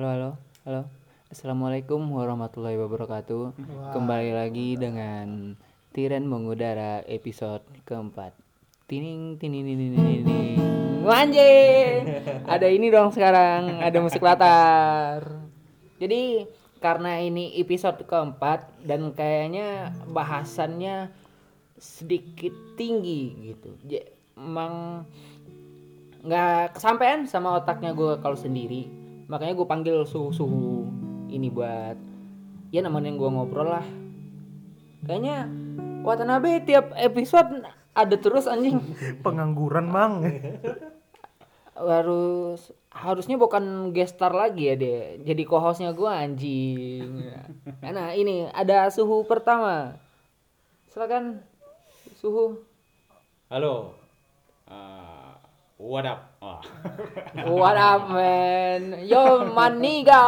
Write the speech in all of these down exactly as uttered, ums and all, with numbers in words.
Halo, halo, halo. Assalamualaikum warahmatullahi wabarakatuh. Wah. Kembali lagi dengan Tiren Mengudara episode keempat. Tining, tining, tining, tining, tining. Anjing. Ada ini dong sekarang, ada musik latar. Jadi karena ini episode keempat dan kayaknya bahasannya sedikit tinggi gitu. J- Emang nggak kesampean sama otaknya gue kalau sendiri, makanya gue panggil suhu-suhu ini buat ya nemenin gue ngobrol lah. Kayaknya Watanabe tiap episode ada terus anjing. Pengangguran mang. Harus harusnya bukan guest star lagi ya dia, jadi co-hostnya gue anjing. Nah ini ada suhu pertama, silakan suhu. Halo. Uh, what up? Oh. What up man, yo maniga.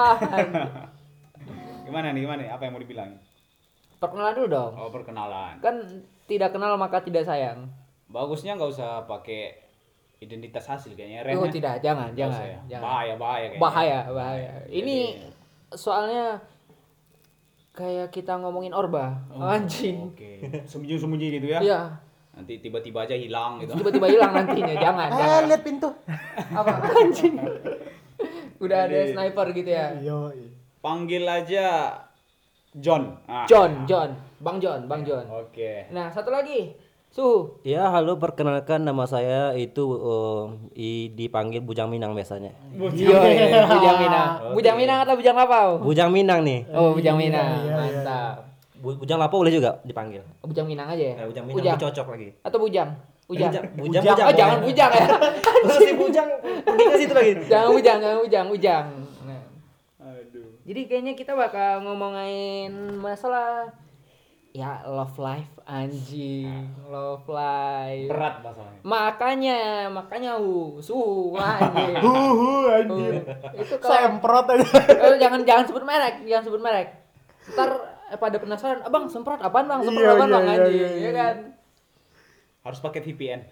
Gimana nih? Gimana nih? Apa yang mau dibilang? Perkenalan dulu dong. Oh, perkenalan. Kan tidak kenal maka tidak sayang. Bagusnya nggak usah pakai identitas asli kayaknya. Ren, Oh ya? tidak, jangan, Nggak jangan, usah ya? jangan. Bahaya, bahaya kayaknya. Bahaya, bahaya. Ini Jadi- soalnya kayak kita ngomongin Orba, Oh, anjing. Oke. Sembunyi-sembunyi gitu ya? Iya, Nanti tiba-tiba aja hilang gitu. tiba-tiba hilang nantinya, jangan, Eh jangan. lihat pintu. Apa anjing? Udah ada Jadi- sniper gitu ya. Yo. Panggil aja John. Ah. John, John, Bang John, Bang John. Oke. Nah, satu lagi, Suhu. Ya, halo, perkenalkan nama saya itu uh, i, dipanggil Bujang Minang biasanya. Iya, iya, Bujang Minang. Bujang Minang atau Bujang Lapau? Bujang Minang nih. Oh, Bujang Iya, Minang. iya, iya. Mantap. Bu, Bujang Lapau boleh juga dipanggil. Bujang Minang aja ya? Ya, Bujang Minang Ujang. lebih cocok lagi. Atau Bujang? Ujang. Bujang, Bujang, Bujang. Bujang. Oh, jangan Bujang ya. Terus si Bujang pergi ke situ lagi. Jangan Bujang, jangan Bujang, Ujang. Nah, Aduh. jadi kayaknya kita bakal ngomongin masalah ya love life anjing, love life. Berat masalahnya. Makanya, makanya hu, suhu anjing. Huhu Uh, anjir. itu kalau Semprot aja. eh, jangan jangan sebut merek, jangan sebut merek. Ntar eh, pada penasaran, "Abang, semprot apaan, Bang? Semprot Iya, apaan, iya, Bang?" iya, Anjing, iya, ya iya. kan? Harus pakai V P N.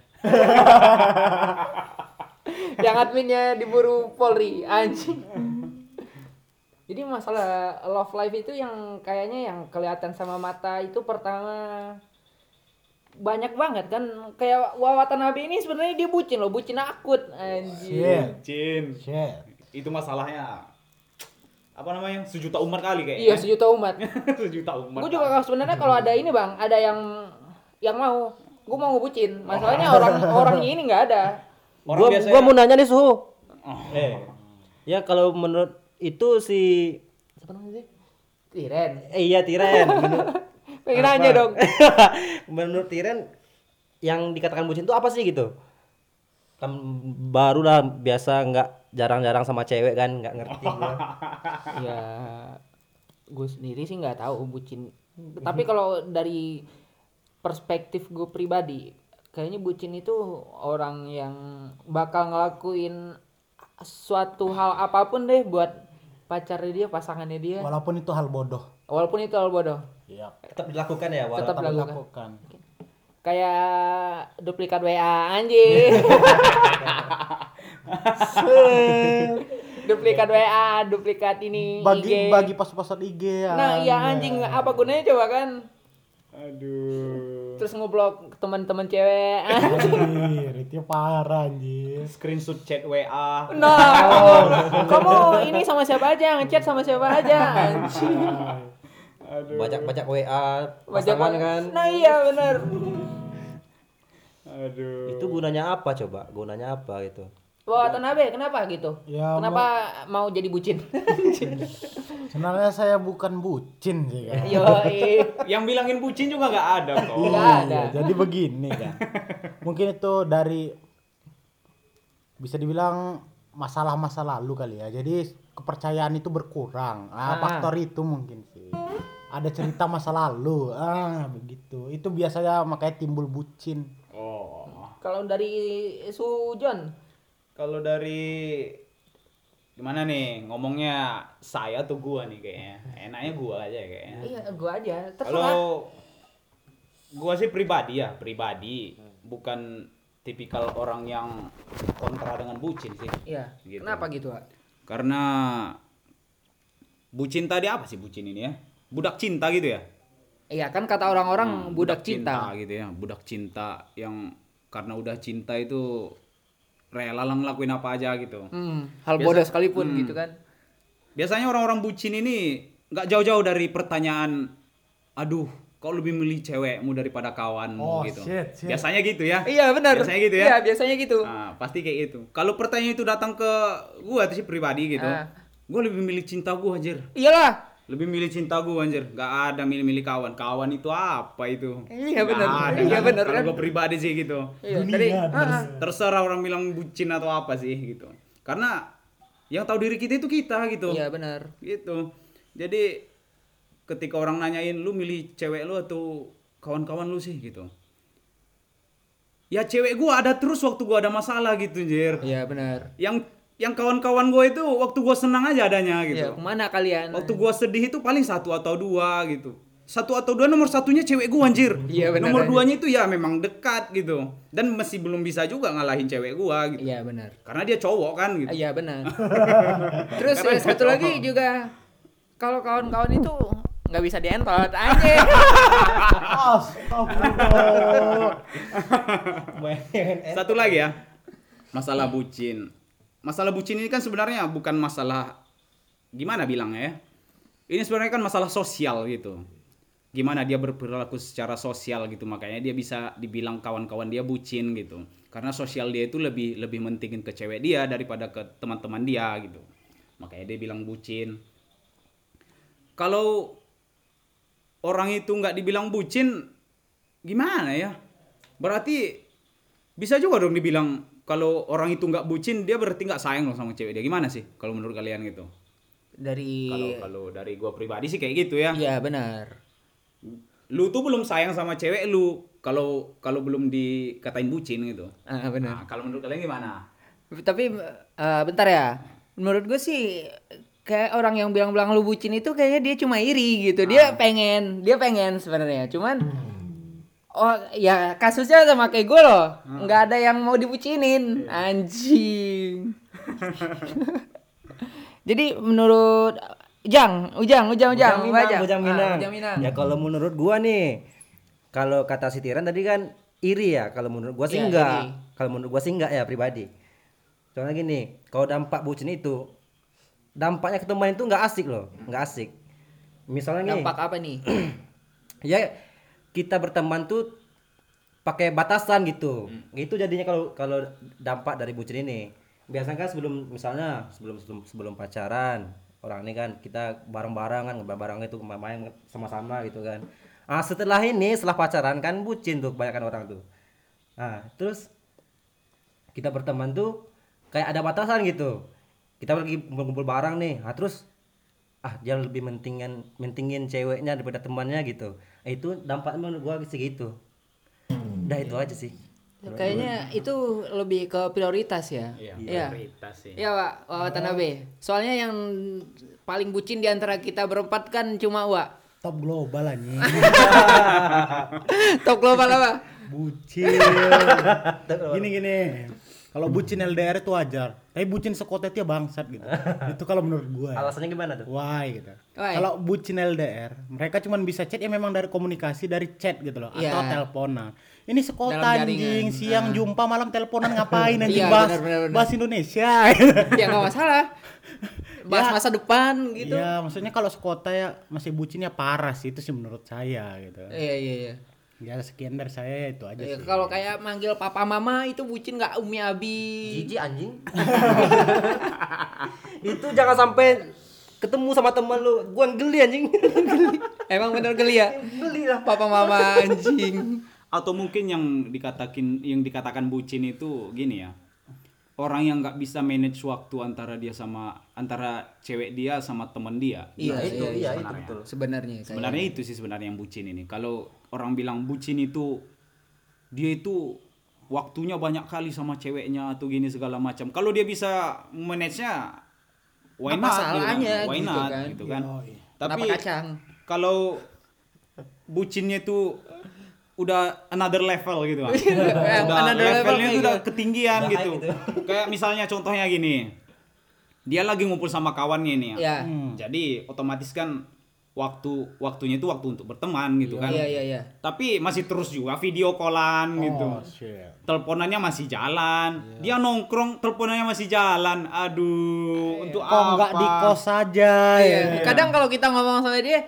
Yang adminnya diburu Polri, anjing. Jadi masalah love life itu yang kayaknya yang kelihatan sama mata itu pertama banyak banget kan, kayak Watanabe ini sebenarnya dia bucin loh, bucin akut anjing. Shit. Jin. Shit. Itu masalahnya. Apa namanya? Sejuta umat kali kayaknya. Iya, sejuta umat. Sejuta umat. Gue juga sebenarnya kalau ada ini Bang, ada yang yang mau, gue mau ngebucin. Masalahnya orang orangnya ini nggak ada. Orang Gua, biasanya- gua mau nanya nih, Suhu. Oh. Eh. Ya, kalau menurut itu si siapa namanya sih? Tiren. Eh, iya, Tiren. Menurut, Pengen nanya dong. menurut Tiren yang dikatakan bucin itu apa sih gitu? Kan baru lah, biasa nggak jarang-jarang sama cewek kan, nggak ngerti gua. Ya, gue sendiri sih nggak tahu bucin. Tapi kalau dari perspektif gue pribadi, kayaknya bucin itu orang yang bakal ngelakuin suatu hal apapun deh buat pacarnya dia, pasangannya dia. Walaupun itu hal bodoh. Walaupun itu hal bodoh. Iya. Tetap dilakukan ya, walaupun Tetap Tetap dilakukan. dilakukan. Kayak duplikat W A anjing. Duplikat W A, duplikat ini Bagi I G. bagi pas-pasan I G ya. Nah, iya anjing, apa gunanya coba kan? Aduh. Terus ngeblok teman-teman cewek. Anjir, itu parah anjir. Screenshot chat W A. Nah, kamu, kamu ini sama siapa aja, ngechat sama siapa aja, anjing. Aduh. Bajak-bajak W A Bajak- pasangan kan. Nah, iya benar. Aduh. Itu gunanya apa coba? Gunanya apa gitu? Wah, Watanabe, kenapa gitu? Ya, Kenapa mau jadi bucin? Sebenarnya saya bukan bucin sih kan. Yo, Yang bilangin bucin juga nggak ada kok. Nggak ada. Iya, jadi begini kan. Mungkin itu dari bisa dibilang masalah masa lalu kali ya. Jadi kepercayaan itu berkurang. Ah, Ah. faktor itu mungkin sih. Ada cerita masa lalu. Ah, begitu. Itu biasanya makanya timbul bucin. Oh. kalau dari Sujon, Kalau dari gimana nih ngomongnya, saya tuh gua nih kayaknya. Enaknya gua aja kayaknya. iya gua aja. Terserah. Kalau gua sih pribadi ya, pribadi bukan tipikal orang yang kontra dengan bucin sih. Iya. Gitu. Kenapa gitu, Pak? Karena bucin tadi apa sih bucin ini ya? Budak cinta gitu ya? Iya kan kata orang-orang Hmm, budak cinta. gitu ya, budak cinta yang karena udah cinta itu rela lah ngelakuin apa aja gitu. Hmm, hal Biasa- bodoh sekalipun hmm. gitu kan. Biasanya orang-orang bucin ini nggak jauh-jauh dari pertanyaan, aduh, kau lebih milih cewekmu daripada kawanmu Oh, gitu. shit, shit. Biasanya gitu ya. Iya benar. Biasanya gitu ya. Iya biasanya gitu. Nah, pasti kayak gitu. Kalau pertanyaan itu datang ke gua tuh sih pribadi gitu, Ah. gua lebih milih cinta gua anjir. Iyalah. Lebih milih cinta gua anjir. Gak ada milih-milih kawan. Kawan itu apa itu? Iya, Nggak benar. ada, Iya, kan? benar, Kalau kan? gua pribadi sih gitu. Iya, Dunia tadi terus. ah, ah. Terserah orang bilang bucin atau apa sih gitu. Karena yang tahu diri kita itu kita gitu. Iya benar. Gitu. Jadi ketika orang nanyain lu milih cewek lu atau kawan-kawan lu sih gitu. Ya cewek gua ada terus waktu gua ada masalah gitu, Jir. Iya benar. Yang yang kawan-kawan gua itu waktu gua senang aja adanya Iya, gitu. kemana kalian? Waktu gua sedih itu paling satu atau dua gitu. Satu atau dua nomor satunya cewek gua anjir. Iya, benar, Nomor anjir. duanya itu ya memang dekat gitu. Dan masih belum bisa juga ngalahin cewek gua gitu. Iya benar. Karena dia cowok kan gitu. Iya benar. Terus Karena eh, satu cowok. lagi juga kalau kawan-kawan itu nggak bisa dientot aja. Astagfirullah. Satu lagi ya. Masalah bucin. Masalah bucin ini kan sebenarnya bukan masalah gimana bilangnya ya. Ini sebenarnya kan masalah sosial gitu. Gimana dia berperilaku secara sosial gitu, makanya dia bisa dibilang kawan-kawan dia bucin gitu. Karena sosial dia itu lebih lebih mentingin ke cewek dia daripada ke teman-teman dia gitu. Makanya dia bilang bucin. Kalau orang itu nggak dibilang bucin, gimana ya? Berarti bisa juga dong dibilang kalau orang itu nggak bucin, dia berarti nggak sayang dong sama cewek dia. Gimana sih kalau menurut kalian gitu? Dari Kalau kalau dari gua pribadi sih kayak gitu ya. iya benar. Lu tuh belum sayang sama cewek lu kalau kalau belum dikatain bucin gitu. Ah benar. Nah, kalau menurut kalian gimana? Tapi eh, bentar ya. Menurut gue sih kayak orang yang bilang-bilang lu bucin itu kayaknya dia cuma iri gitu. Dia pengen, dia pengen sebenarnya. Cuman oh ya kasusnya sama kayak gue loh. Nggak ada yang mau dibucinin. Anjing. Jadi menurut Ujang, Ujang, Ujang, Ujang, Ujang apa Minang, aja? Ujang Ah, Minang. Ujang Minang. Ya kalau menurut gua nih, kalau kata si Tiran tadi kan iri ya. Kalau menurut gua sih Iya, enggak. iri. Kalau menurut gua sih enggak ya pribadi. Soalnya gini, kalau dampak bucin itu, dampaknya ke teman itu enggak asik loh, enggak asik. Misalnya nih, Dampak apa nih? ya kita berteman tuh pakai batasan gitu. Gitu jadinya kalau kalau dampak dari bucin ini. Biasanya kan sebelum misalnya sebelum sebelum, sebelum pacaran, orang ini kan kita bareng-bareng kan bareng itu main sama-sama gitu kan. Ah setelah ini setelah pacaran kan bucin tuh kebanyakan orang tuh. Nah, terus kita berteman tuh kayak ada batasan gitu. Kita lagi ngumpul bareng nih. Nah, terus ah dia lebih mentingin mentingin ceweknya daripada temannya gitu. Eh, itu dampaknya menurut gua segitu. Udah itu aja sih. Kayaknya itu lebih ke prioritas ya. Iya, prioritas sih. Iya, Wak. Wak Watanabe. Soalnya yang paling bucin di antara kita berempat kan cuma Wak. Top global anjing. Top global apa? Bucin. Gini gini. Kalau bucin L D R itu wajar, tapi bucin sekota itu ya bangsat gitu. Itu kalau menurut gua. Ya. Alasannya gimana tuh? Why gitu. Why? Kalau bucin L D R, mereka cuma bisa chat ya memang dari komunikasi dari chat gitu loh Iya. atau teleponan. Ini sekota Dalam anjing, jaringan. siang Ah. jumpa malam teleponan ngapain anjing Iya, bahas benar, benar, benar. bahas Indonesia. Ya nggak masalah. Bahas Ya. masa depan gitu. Iya, maksudnya kalau sekota ya masih bucinnya parah sih itu sih menurut saya gitu. Iya iya iya. Ya sekian dari saya itu aja Ya, sih. kalau kayak manggil papa mama itu bucin nggak Umi Abi? Jijik anjing. Itu jangan sampai ketemu sama teman lu, gua geli anjing. Emang bener geli ya? Geli lah. Papa mama anjing. Atau mungkin yang dikatakan yang dikatakan bucin itu gini ya. Orang yang nggak bisa manage waktu antara dia sama antara cewek dia sama temen dia. Iya, itu, iya, iya, itu sebenarnya. betul. Sebenarnya kayak- Sebenarnya itu sih sebenarnya yang bucin ini. Kalau orang bilang bucin itu dia itu waktunya banyak kali sama ceweknya atau gini segala macam. Kalau dia bisa manage-nya why Apa not? salahnya gitu kan? Why gitu not? kan? Gitu kan. Yoi. Tapi Kenapa kacang? kalau bucinnya itu udah another level gitu kan. Yang Udah another level levelnya kayak itu udah gitu. ketinggian Udah gitu. high gitu. Kayak misalnya contohnya gini. dia lagi ngumpul sama kawannya nih ya. Ya. Hmm. Jadi otomatis kan waktu waktunya itu waktu untuk berteman gitu kan. Iya iya iya. Tapi masih terus juga video callan gitu. Oh, shit. Teleponannya masih jalan. Dia nongkrong, teleponannya masih jalan. Aduh, untuk Kok apa? nggak di kos saja Iya. ya? Kadang kalau kita ngomong sama dia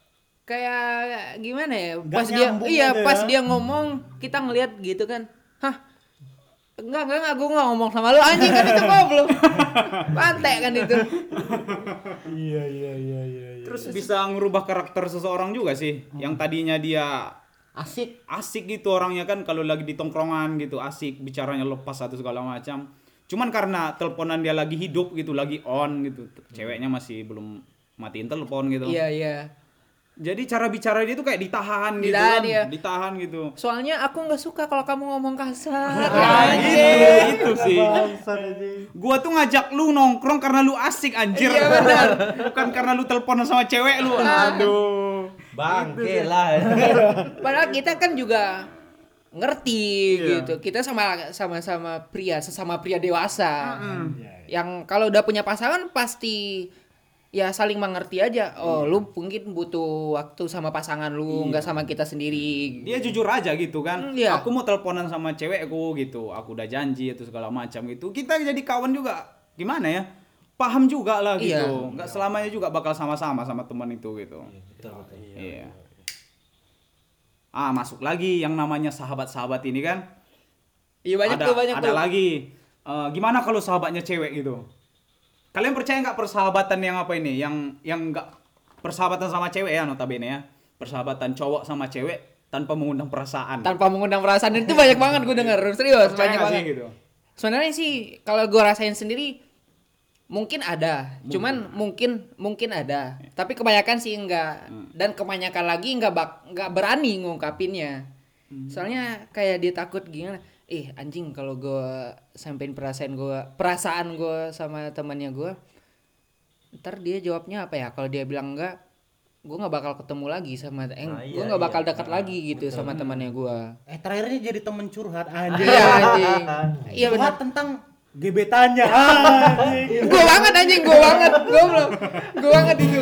kayak gimana ya? Nggak Pas dia nyambung iya, gitu pas ya. dia ngomong kita ngelihat gitu kan. Hah? Enggak, enggak, enggak, gue nggak ngomong sama lu anjing kan itu goblok. Pantek kan itu. Iya iya iya iya. iya. Terus bisa ngerubah karakter seseorang juga sih. Yang tadinya dia Asik. asik gitu orangnya kan kalau lagi di tongkrongan gitu asik bicaranya lepas satu segala macam. Cuman karena teleponan dia lagi hidup gitu, lagi on gitu. Ceweknya masih belum matiin telepon gitu. Iya iya. Jadi cara bicara dia tuh kayak ditahan gitu Ditahan, kan. iya. Ditahan gitu. Soalnya aku nggak suka kalau kamu ngomong kasar. Ah, gitu, itu sih. Bangsat anjing. Gua tuh ngajak lu nongkrong karena lu asik anjir. Iya, benar. Bukan karena lu teleponan sama cewek lu. Aduh. Bangke lah. Padahal kita kan juga ngerti Iya. gitu. Kita sama sama-sama pria, sesama pria dewasa. Yang kalau udah punya pasangan pasti ya saling mengerti aja. Oh, lu mungkin butuh waktu sama pasangan lu, nggak sama kita sendiri. Dia jujur aja gitu kan. Hmm, iya. Aku mau teleponan sama cewekku gitu. Aku udah janji itu segala macam gitu. Kita jadi kawan juga. Gimana ya? Paham juga lah gitu. Iya. Nggak selamanya juga bakal sama-sama sama teman itu gitu. Betul betul. Iya. Ah, masuk lagi yang namanya sahabat-sahabat ini kan. Iya banyak ada, tuh banyak ada tuh. lagi. Eh, gimana kalau sahabatnya cewek gitu? Kalian percaya nggak persahabatan yang apa ini? Yang yang nggak persahabatan sama cewek ya notabene ya. Persahabatan cowok sama cewek tanpa mengundang perasaan. Tanpa mengundang perasaan itu banyak banget gue denger. Serius Percaya banyak nggak banget. sih gitu? Sebenarnya sih kalau gue rasain sendiri mungkin ada, cuman mungkin mungkin ada, tapi kebanyakan sih enggak, dan kebanyakan lagi enggak bak enggak berani ngungkapinnya, soalnya kayak dia takut gimana, eh anjing kalau gue sampein perasaan gue perasaan gue sama temannya gue, ntar dia jawabnya apa ya? Kalau dia bilang enggak, gue nggak bakal ketemu lagi sama, eh, Nah, gue iya, nggak bakal iya. dekat lagi gitu sama temannya gue. Eh terakhirnya jadi temen curhat anjing. Iya anjing, iya benar. Curhat tentang gebetannya. Anjing. Gue banget anjing, gue banget, gue belum, gue banget itu.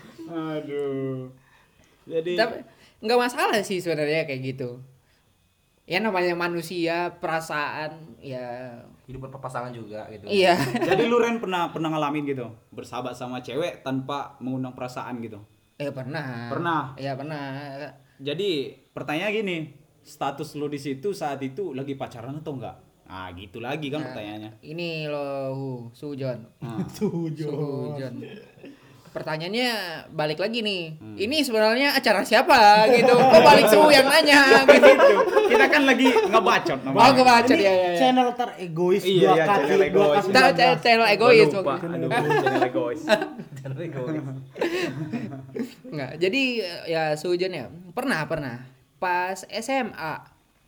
Aduh. Jadi Tapi nggak masalah sih sebenarnya kayak gitu. Ya namanya manusia, perasaan, ya Hidup berpasangan juga gitu. iya. jadi lu Ren pernah pernah ngalamin gitu bersahabat sama cewek tanpa mengundang perasaan gitu. Eh pernah. Pernah? Iya pernah. Jadi pertanyaan gini, status lu di situ saat itu lagi pacaran atau enggak? Ah gitu lagi kan Nah, pertanyaannya. Ini loh, Hu, Sujon. Nah, Sujon. Sujon. Pertanyaannya balik lagi nih. Hmm. Ini sebenarnya acara siapa gitu? Kok balik Su yang nanya gitu? kita kan lagi ngebacot Mau namanya. ngebaca Ini dia ya. ya. channel teregois Iya, dua iya, kaki channel dua egois. kaki. Tahu channel, channel egois. Gua lupa. waktu itu. Aduh, channel egois. Jangan egois. Enggak. Jadi ya Sujon ya. Pernah, pernah. Pas S M A.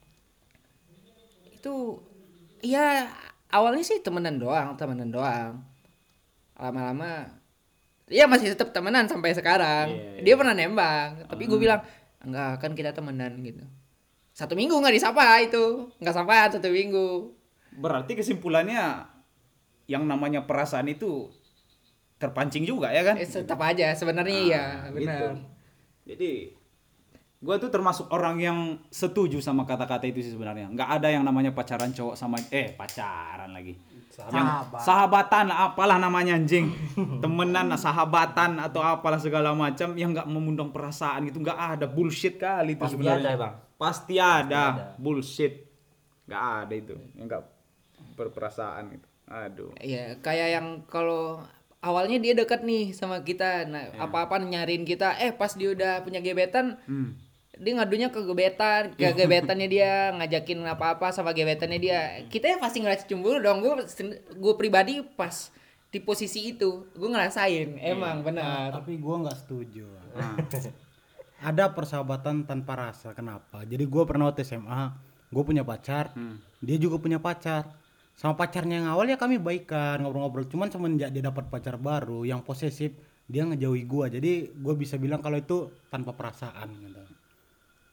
Itu ya awalnya sih temenan doang, temenan doang. Lama-lama ya masih tetap temenan sampai sekarang. Iya, iya. Dia pernah nembak, tapi gue bilang enggak, kan kita temenan gitu. Satu minggu nggak disapa itu, nggak sapa satu minggu. Berarti kesimpulannya yang namanya perasaan itu terpancing juga ya kan? Eh, tetap aja sebenarnya iya, Ah, benar. gitu. Jadi gue tuh termasuk orang yang setuju sama kata-kata itu sih sebenarnya. Nggak ada yang namanya pacaran cowok sama eh pacaran lagi. Yang Sahabat. sahabatan apalah namanya anjing. Temenan, sahabatan atau apalah segala macam yang nggak memundang perasaan gitu. Nggak ada, bullshit kali itu Pasti sebenarnya. ada, Bang. Pasti ada, ada. bullshit. Nggak ada itu. Yang nggak berperasaan itu. Aduh. Iya, kayak yang kalau awalnya dia dekat nih sama kita, nah Iya. apa-apa nyariin kita, eh pas dia udah punya gebetan, Hmm. dia ngadunya ke gebetan, ke gebetannya dia, ngajakin apa-apa sama gebetannya dia. Kita ya pasti ngerasa cemburu dong. Gue gue pribadi pas di posisi itu, gue ngerasain, emang benar. Tapi gua nggak setuju. Nah. Ada persahabatan tanpa rasa. Kenapa? Jadi gua pernah waktu S M A, gue punya pacar, Hmm. dia juga punya pacar. Sama pacarnya yang awal ya kami baikan, ngobrol-ngobrol. Cuman semenjak dia dapat pacar baru yang posesif, dia ngejauhi gua. Jadi gua bisa bilang kalau itu tanpa perasaan gitu.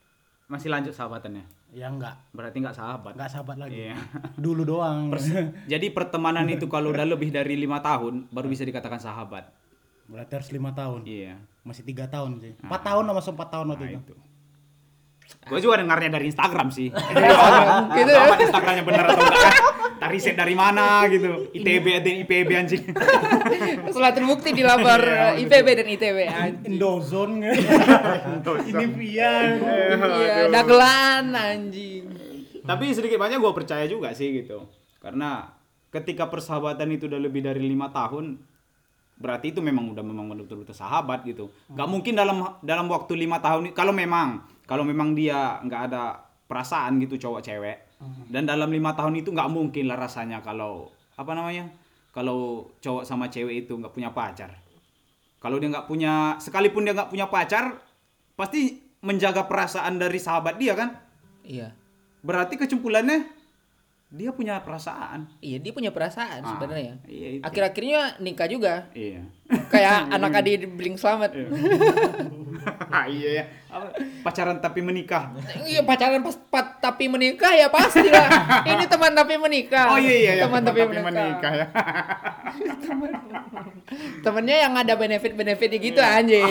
masih lanjut sahabatannya. Ya enggak, Berarti nggak sahabat. enggak sahabat lagi. Iya. Dulu doang. Jadi pertemanan itu kalau udah lebih dari lima tahun baru bisa dikatakan sahabat. Berarti harus lima tahun. Iya. Masih tiga tahun sih. Empat tahun sama empat tahun waktu Nah, itu. itu. Gue juga dengarnya dari Instagram sih. Gitu ya. Apa Instagramnya benar atau enggak? Tak riset dari mana gitu. I T B dan I P B anjing. Setelah terbukti di lapor I P B dan I T B. anjing. Indozone nggak? Ini via. Iya, dagelan anjing. Tapi sedikit banyak gue percaya juga sih gitu. Karena ketika persahabatan itu udah lebih dari lima tahun, berarti itu memang udah memang betul-betul sahabat gitu. Gak mungkin dalam dalam waktu lima tahun kalau memang kalau memang dia nggak ada perasaan gitu cowok cewek dan dalam lima tahun itu nggak mungkin lah rasanya kalau apa namanya kalau cowok sama cewek itu nggak punya pacar. Kalau dia nggak punya sekalipun dia nggak punya pacar pasti menjaga perasaan dari sahabat dia kan. Iya. Berarti kesimpulannya dia punya perasaan. Iya, dia punya perasaan Ah, sebenarnya. iya itu. Akhir-akhirnya nikah juga. Iya. Kayak anak adik di Blink Slamet. Iya ya. Apa, pacaran tapi menikah. Iya, pacaran pas pa- tapi menikah ya pasti lah. Ini teman tapi menikah. Oh iya iya ya. Teman tapi menikah. ya. Temennya yang ada benefit-benefit gitu anjing.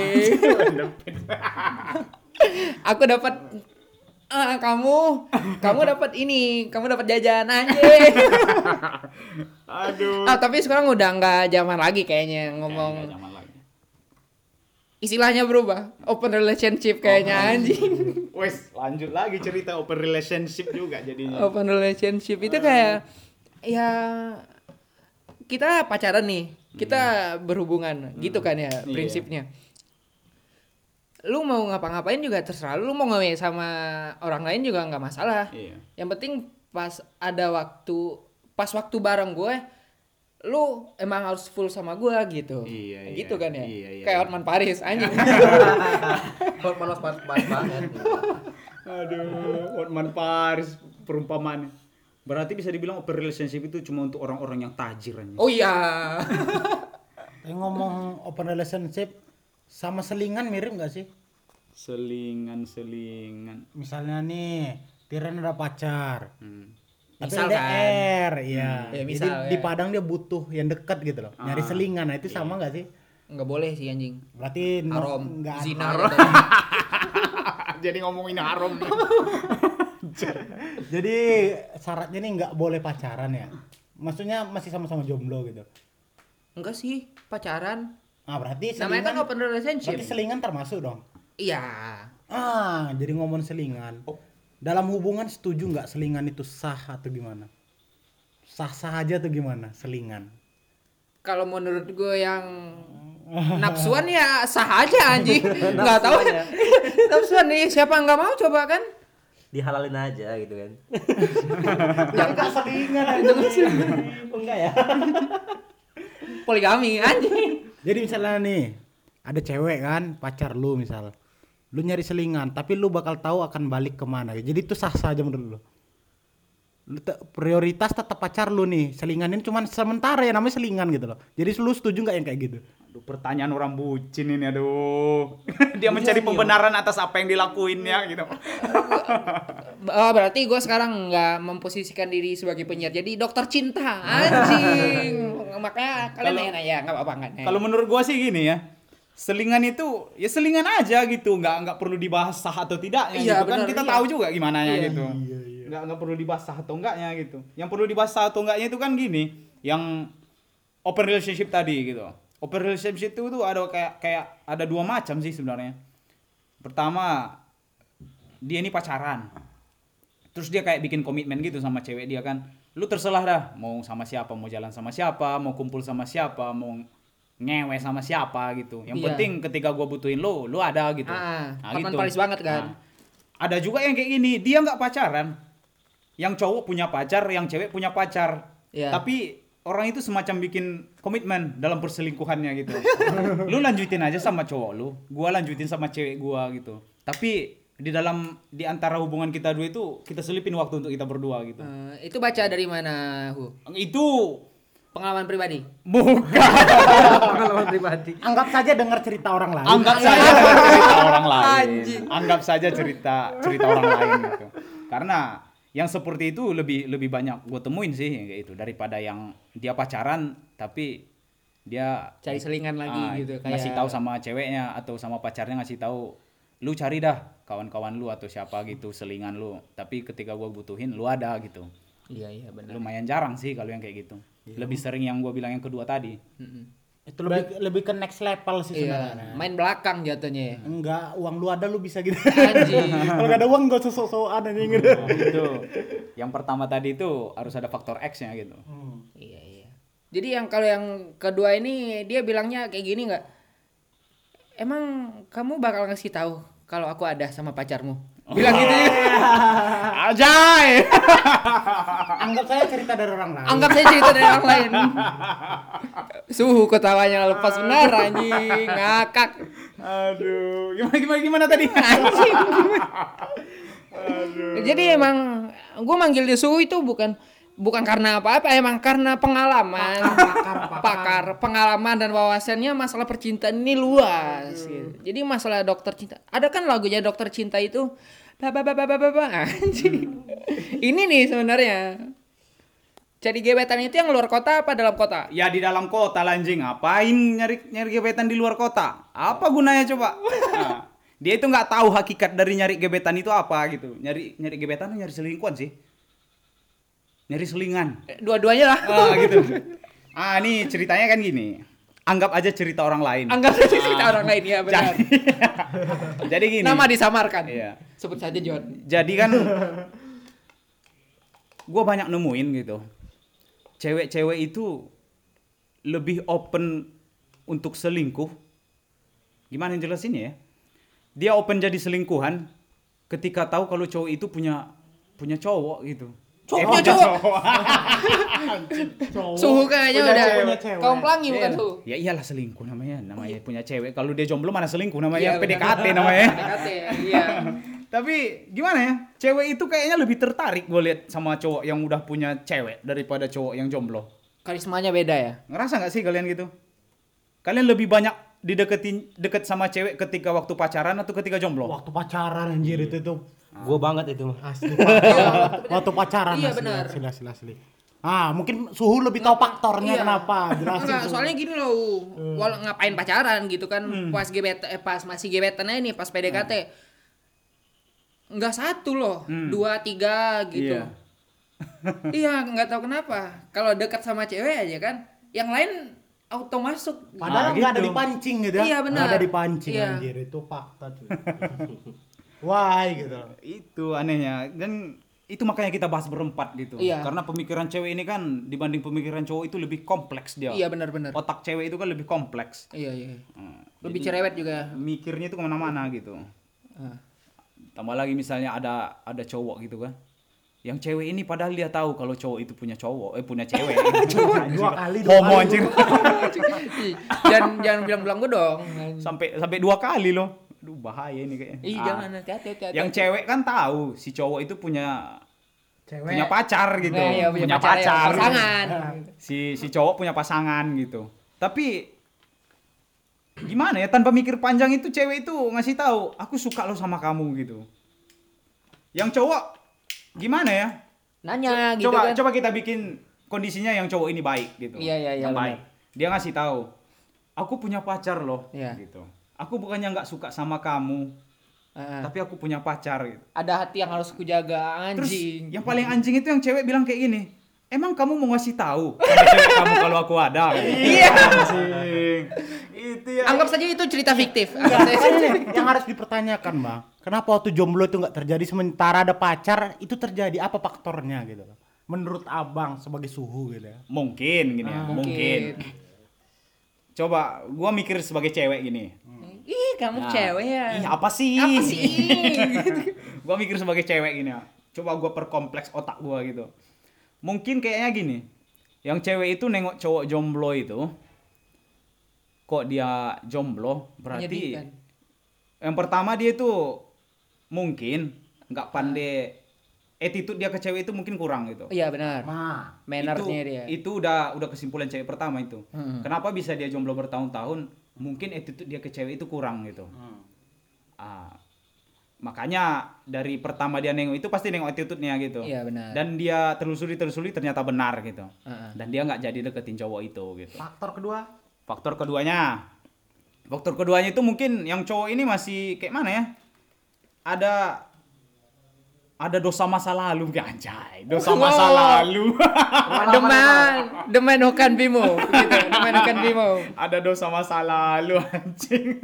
Aku dapat ah, kamu kamu dapat ini, kamu dapat jajan anjing. Aduh. Ah, tapi sekarang udah nggak zaman lagi kayaknya ngomong. Nggak zaman lagi. Istilahnya berubah, open relationship kayaknya anjing. Wes, lanjut lagi cerita open relationship juga jadinya. Open relationship itu kayak ya kita pacaran nih, kita berhubungan gitu kan ya Iya. prinsipnya. Lu mau ngapa-ngapain juga terserah lu, mau ngewe sama orang lain juga nggak masalah. Iya. Yang penting pas ada waktu, pas waktu bareng gue, lu emang harus full sama gue gitu. Iya, iya. Gitu kan ya. Iya, iya. Kayak Hotman Paris anjing. Malas banget. Aduh, Hotman Paris perumpamaan. Berarti bisa dibilang open relationship itu cuma untuk orang-orang yang tajir aja. Oh iya. Eh, ngomong open relationship sama selingan mirip nggak sih? Selingan-selingan. Misalnya nih, Tiren ada pacar. Hmm. Tapi Misal L D R, kan. iya. Hmm. Ya, Jadi misal, di ya. Padang dia butuh yang dekat gitu loh. Nyari Ah, selingan. Nah, itu sama nggak sih? Nggak boleh sih anjing. Berarti no- Haram. nggak Zina. haram. gitu. Jadi ngomongin haram. Jadi syaratnya nih nggak boleh pacaran ya. Maksudnya masih sama-sama jomblo gitu. Enggak sih, pacaran. Ah, berarti Namanya kan selingan. open relationship. Berarti selingan termasuk dong. Iya. Ah, jadi ngomong selingan. Dalam hubungan setuju nggak selingan itu sah atau gimana? Sah-sah aja atau gimana selingan? Kalau menurut gue yang nafsuan ya sah aja anjing. Nggak tahu. Nafsuan nih, siapa nggak mau coba kan? Dihalalin aja gitu kan. Jangan selingan aja. Oh, enggak ya? Poligami anjing. Jadi misalnya nih, ada cewek kan, pacar lu misal. Lu nyari selingan, tapi lu bakal tahu akan balik kemana. Jadi itu sah-sah aja menurut lu. Lu te- prioritas tetap pacar lu nih. Selingan ini cuma sementara ya, namanya selingan gitu loh. Jadi lu setuju nggak yang kayak gitu? Aduh, pertanyaan orang bucin ini aduh. Dia mencari pembenaran atas apa yang dilakuinnya gitu. Oh, berarti gue sekarang nggak memposisikan diri sebagai penyiar. Jadi dokter cinta anjing. Makanya kalian Kalau- nanya ya, nggak apa-apa nggak. Kalau menurut gua sih gini ya. Selingan itu ya selingan aja gitu, nggak nggak perlu dibahas sah atau tidaknya Iya, gitu kan benar, kita iya. tahu juga gimana ya Iya. gitu. Nggak nggak perlu dibahas sah atau enggaknya gitu. Yang perlu dibahas sah atau enggaknya itu kan gini, yang open relationship tadi gitu. Open relationship itu tuh ada kayak kayak ada dua macam sih sebenarnya. Pertama, dia ini pacaran. Terus dia kayak bikin komitmen gitu sama cewek dia kan. Lu terserah dah mau sama siapa, mau jalan sama siapa, mau kumpul sama siapa, mau ngewe sama siapa gitu. Yang Iya. penting ketika gua butuhin lu, lu ada gitu. Ah, Nah, Hotman gitu. Paris banget kan. Nah, ada juga yang kayak gini, dia nggak pacaran. Yang cowok punya pacar, yang cewek punya pacar. Iya. Tapi orang itu semacam bikin komitmen dalam perselingkuhannya gitu. Lu lanjutin aja sama cowok lu, gua lanjutin sama cewek gua gitu. Tapi di dalam di antara hubungan kita dua itu kita selipin waktu untuk kita berdua gitu. Eh, itu baca dari mana, Hu? Itu Pengalaman pribadi. Bukan. Pengalaman pribadi. Anggap saja dengar cerita orang lain. Anggap saja cerita orang lain. Anjing. Anggap saja cerita cerita orang lain gitu. Karena yang seperti itu lebih lebih banyak gue temuin sih kayak itu daripada yang dia pacaran tapi dia Cari selingan lagi ah, gitu kayak ngasih tahu sama ceweknya atau sama pacarnya ngasih tahu lu cari dah kawan-kawan lu atau siapa gitu selingan lu tapi ketika gue butuhin lu ada gitu. Iya iya benar. Lumayan jarang sih kalau yang kayak gitu. Lebih sering yang gue bilang yang kedua tadi. Itu lebih lebih ke next level sih Iya, sebenarnya. main belakang jatuhnya ya. Enggak, uang lu ada lu bisa gitu. Anjing. Kalau gak ada uang gak sosok-sosokan anjing gitu. Nah, itu yang pertama tadi itu harus ada faktor X-nya gitu. Iya iya. Jadi yang kalau yang kedua ini dia bilangnya kayak gini nggak? Emang kamu bakal ngasih tahu kalau aku ada sama pacarmu? Bilang gitu juga. Ajay. Anggap saya cerita dari orang lain. Anggap saya cerita dari orang lain. Suhu ketawanya lepas benar anjing, ngakak. Aduh, gimana gimana gimana tadi? Anjing. Jadi emang gue manggil dia Suhu itu bukan bukan karena apa-apa, emang karena pengalaman, pakar, pakar. pakar, pengalaman dan wawasannya masalah percintaan ini luas. Gitu. Jadi masalah dokter cinta, ada kan lagunya dokter cinta itu, ba ba ba ba ba ba, anjing. Ini nih sebenarnya. Cari gebetan itu yang luar kota apa dalam kota? Ya di dalam kota lah, anjing. Ngapain nyari nyari gebetan di luar kota? Apa gunanya coba? Nah, dia itu nggak tahu hakikat dari nyari gebetan itu apa gitu. Nyari nyari gebetan nyari selingkuhan sih. Nyari selingan. Dua-duanya lah. Ah gitu. Ah nih ceritanya kan gini. Anggap aja cerita orang lain. Anggap saja cerita orang lain ya benar. Jadi, jadi gini. Nama disamarkan. Iya. Sebut saja John. Jadi kan gue banyak nemuin gitu. Cewek-cewek itu lebih open untuk selingkuh. Gimana yang jelasinnya ya? Dia open jadi selingkuhan ketika tahu kalau cowok itu punya punya cowok gitu. Cowok, punya cowok. Cowok. Suhu kayaknya Punya udah cewek, punya cewek. kaum pelangi bukan Iya. Suhu. Ya iyalah selingkuh namanya, namanya punya cewek. Kalau dia jomblo mana selingkuh namanya Iya, P D K T benar. namanya. P D K T, iya. Tapi gimana ya? Cewek itu kayaknya lebih tertarik gue lihat sama cowok yang udah punya cewek daripada cowok yang jomblo. Karismanya beda ya. Ngerasa nggak sih kalian gitu? Kalian lebih banyak dideketin deket sama cewek ketika waktu pacaran atau ketika jomblo? Waktu pacaran anjir itu tuh Gue banget itu. asli. parah. Waktu pacaran Iya, asli, benar. asli, asli, asli. Ah, mungkin Suhu lebih tahu faktornya Iya. kenapa. Jelasin. Enggak, Suhu. soalnya gini loh. Wal ngapain pacaran gitu kan pas gebet eh, pas masih gebetan aja nih pas P D K T. Enggak satu loh, dua, tiga gitu. Iya. Iya, nggak tahu kenapa. Kalau dekat sama cewek aja kan, yang lain auto masuk. Padahal Ah, nggak ada gitu. dipancing gitu ya. Iya, benar. Nggak ada dipancing Iya. anjir, itu fakta cuy. Why gitu. Itu anehnya dan itu makanya kita bahas berempat gitu. Iya. Karena pemikiran cewek ini kan dibanding pemikiran cowok itu lebih kompleks dia. Iya benar-benar. Otak cewek itu kan lebih kompleks. Iya iya. Hmm, Lebih jadi cerewet juga. mikirnya itu kemana-mana gitu. Ah. Tambah lagi misalnya ada ada cowok gitu kan. Yang cewek ini padahal dia tahu kalau cowok itu punya cowok, eh punya cewek. Dua kali dua Homo kali. anjir. jangan jangan bilang-bilang gue dong. sampai sampai dua kali loh. Aduh bahaya ini kayaknya. Ih Ah, jangan hati-hati hati-hati. Yang cewek kan tahu si cowok itu punya Cewek. punya pacar gitu. Nah, iya, punya, punya pacar, ya, pacar. pasangan. Si si cowok punya pasangan gitu. Tapi gimana ya tanpa mikir panjang itu cewek itu ngasih tahu, aku suka lo sama kamu gitu. Yang cowok gimana ya? Nanya gitu coba kan. coba kita bikin kondisinya yang cowok ini baik gitu. Iya, iya, iya, Yang benar. baik. Dia ngasih tahu, aku punya pacar loh Iya. gitu. Aku bukannya nggak suka sama kamu, Ah, tapi aku punya pacar gitu. ada hati yang harus kujaga Terus anjing. yang paling anjing itu yang cewek bilang kayak gini, emang kamu mau ngasih tahu sama cewek kamu kalau aku ada? Iya. Anjing. Itu ya. Anggap saja itu cerita fiktif. Enggak, Anggap saja. ini yang harus dipertanyakan bang, kenapa waktu jomblo itu nggak terjadi sementara ada pacar itu terjadi, apa faktornya gitu loh? Menurut abang sebagai Suhu gitu ya. Mungkin gini ya, Ah, mungkin. Coba gua mikir sebagai cewek gini. Ih, kamu Nah, cewek ya. Ih, apa sih? Apa sih? Gua mikir sebagai cewek gini ya. Coba gua perkompleks otak gua gitu. Mungkin kayaknya gini. Yang cewek itu nengok cowok jomblo itu, kok dia jomblo, berarti Menyedihkan. yang pertama dia itu mungkin nggak pandai attitude dia ke cewek itu mungkin kurang gitu. Iya benar. Nah, Mannersnya itu, dia. itu udah udah kesimpulan cewek pertama itu. Hmm. Kenapa bisa dia jomblo bertahun-tahun? Mungkin attitude dia ke cewek itu kurang gitu. Hmm. Ah, makanya dari pertama dia nengok itu pasti nengok attitude-nya gitu. Iya benar. Dan dia telusuri telusuri ternyata benar gitu. Heeh. Dan dia nggak jadi deketin cowok itu gitu. Faktor kedua, Faktor keduanya, faktor keduanya itu mungkin yang cowok ini masih kayak mana ya? Ada ada dosa masa lalu, anjay. Dosa masa Wow. lalu. The man, the man who can be moved, gitu. The man who can be moved. Ada dosa masa lalu, anjing.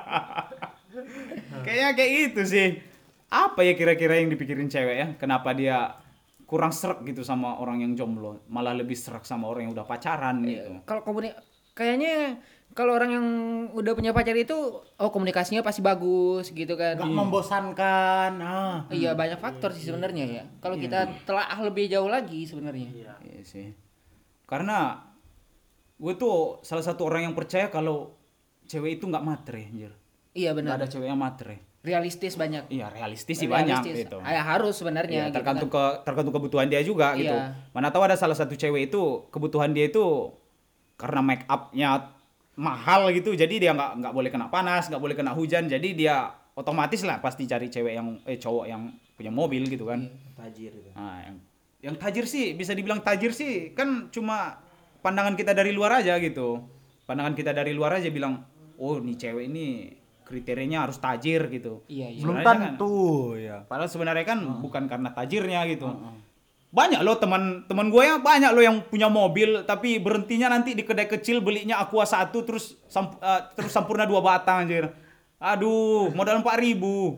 Kayaknya kayak gitu sih. Apa ya kira-kira yang dipikirin cewek ya? Kenapa dia kurang serak gitu sama orang yang jomblo, malah lebih serak sama orang yang udah pacaran gitu. Kalau komunik kayaknya kalau orang yang udah punya pacar itu oh komunikasinya pasti bagus gitu kan. nggak membosankan. Ah. Iya banyak faktor sih sebenarnya ya. Kalau kita telaah lebih jauh lagi sebenarnya. Iya sih. Karena gue tuh salah satu orang yang percaya kalau cewek itu nggak matre, anjir. Iya Nggak benar. ada cewek yang matre. Realistis banyak. Iya, realistis sih Realistis. banyak gitu. Ah, ya harus sebenarnya. Iya, gitu tergantung kan. ke tergantung kebutuhan dia juga gitu. Iya. Mana tahu ada salah satu cewek itu kebutuhan dia itu karena make up-nya mahal gitu, jadi dia nggak nggak boleh kena panas, nggak boleh kena hujan, jadi dia otomatis lah pasti cari cewek yang eh cowok yang punya mobil gitu kan. Tajir gitu. Nah, yang yang tajir sih bisa dibilang tajir sih kan cuma pandangan kita dari luar aja gitu. Pandangan kita dari luar aja bilang, oh nih cewek ini kriterianya harus tajir gitu. Iya, iya. Belum Sebenarnya kan- tentu ya. Padahal sebenarnya kan bukan karena tajirnya gitu. Banyak loh teman teman gue ya banyak loh yang punya mobil tapi berhentinya nanti di kedai kecil belinya Aqua satu terus samp- eh, terus Sampurna dua batang anjir. Aduh, modal empat ribu.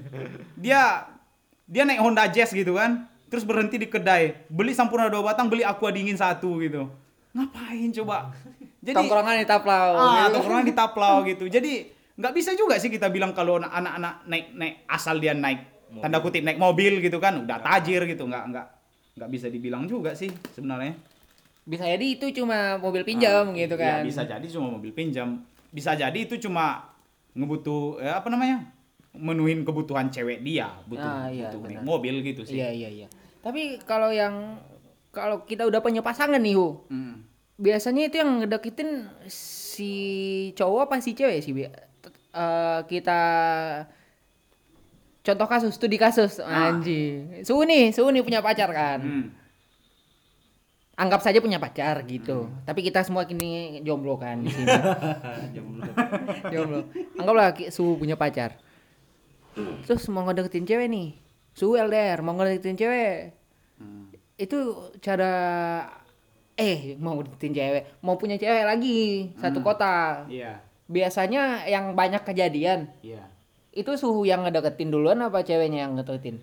Dia dia naik Honda Jazz gitu kan. Terus berhenti di kedai, beli Sampurna dua batang, beli Aqua dingin satu gitu. Ngapain coba? Jadi Tongkrongan di Taplau. ah, gitu. tongkrongan di Taplau gitu. Jadi nggak bisa juga sih kita bilang kalau anak-anak naik naik asal dia naik tanda kutip naik mobil gitu kan udah tajir gitu, nggak nggak nggak bisa dibilang juga sih sebenarnya. Bisa jadi itu cuma mobil pinjam Ah, gitu ya, kan. bisa jadi cuma mobil pinjam, bisa jadi itu cuma ngebutuh ya, apa namanya menuhin kebutuhan cewek dia butuh Ah, iya, butuh naik benar. mobil gitu sih. Iya iya iya. Tapi kalau yang kalau kita udah punya pasangan nih, Hu. Hmm. Biasanya itu yang ngedeketin si cowok apa si cewek sih, Bi? T- eh, kita contoh kasus, studi kasus, anjing. Su nih, Su nih punya pacar kan. Hmm. Anggap saja punya pacar gitu. Tapi kita semua kini jomblo kan di sini. Jomblo. Jomblo. Anggaplah ki- Su punya pacar. Terus mau ngedeketin cewek nih. Su L D R mau ngedeketin cewek. Hmm. Itu cara eh mau ngedeketin cewek, mau punya cewek lagi satu kota. Iya, Biasanya yang banyak kejadian iya. itu Suhu yang ngedeketin duluan apa ceweknya yang ngedeketin?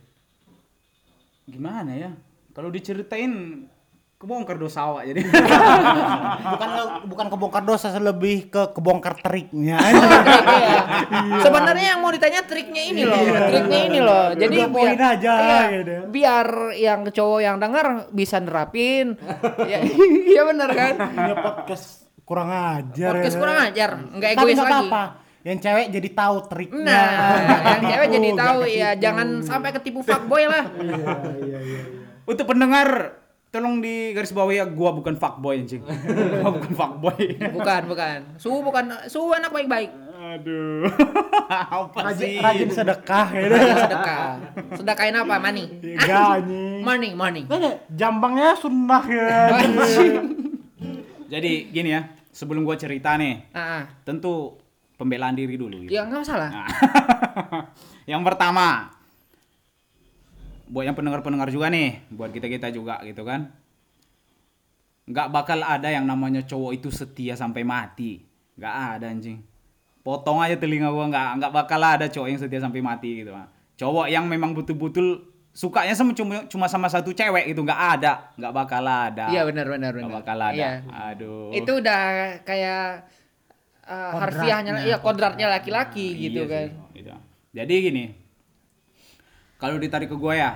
Gimana ya? Kalau diceritain kebongkar dosa awak jadi. Bukan bukan kebongkar dosa, lebih ke kebongkar triknya. Iya. Sebenarnya yang mau ditanya triknya ini loh, triknya ini loh. Jadi Udah poin aja, iya, gitu. biar yang cowok yang dengar bisa nerapin. Ya, iya benar kan? Punya podcast kurang ajar. Podcast ya. kurang ajar, nggak Tapi egois nggak lagi. apa-apa. Yang cewek jadi tahu triknya. Nah, yang cewek jadi Oh, tahu nggak ya, ketipu. jangan sampai ketipu fuckboy lah. Untuk pendengar tolong di garis bawah ya, gua bukan fuckboy anjing. Gua bukan fuckboy. Bukan, bukan. Suhu bukan, Suhu anak baik-baik. Aduh. Apa Rajin, sih? rajin sedekah gitu. Sedekah. Sedekahin apa? Money. Enggak anjing. Money, money. Jambangnya sunnah ya. Jadi gini ya, sebelum gua cerita nih, Ah, ah. tentu pembelaan diri dulu gitu. Ya nggak masalah. Nah, yang pertama, buat yang pendengar-pendengar juga nih, buat kita-kita juga gitu kan. Nggak bakal ada yang namanya cowok itu setia sampai mati. Nggak ada anjing. Potong aja telinga gua, nggak nggak bakal ada cowok yang setia sampai mati gitu. Cowok yang memang betul-betul sukanya sama cuma, cuma sama satu cewek itu nggak ada, nggak bakal ada. Iya benar benar Nggak benar. bakal ada. Iya. Aduh. Itu udah kayak uh, harfiahnya, iya kodratnya laki-laki Nah, gitu iya kan. sih, gitu. Jadi gini, kalau ditarik ke gue ya,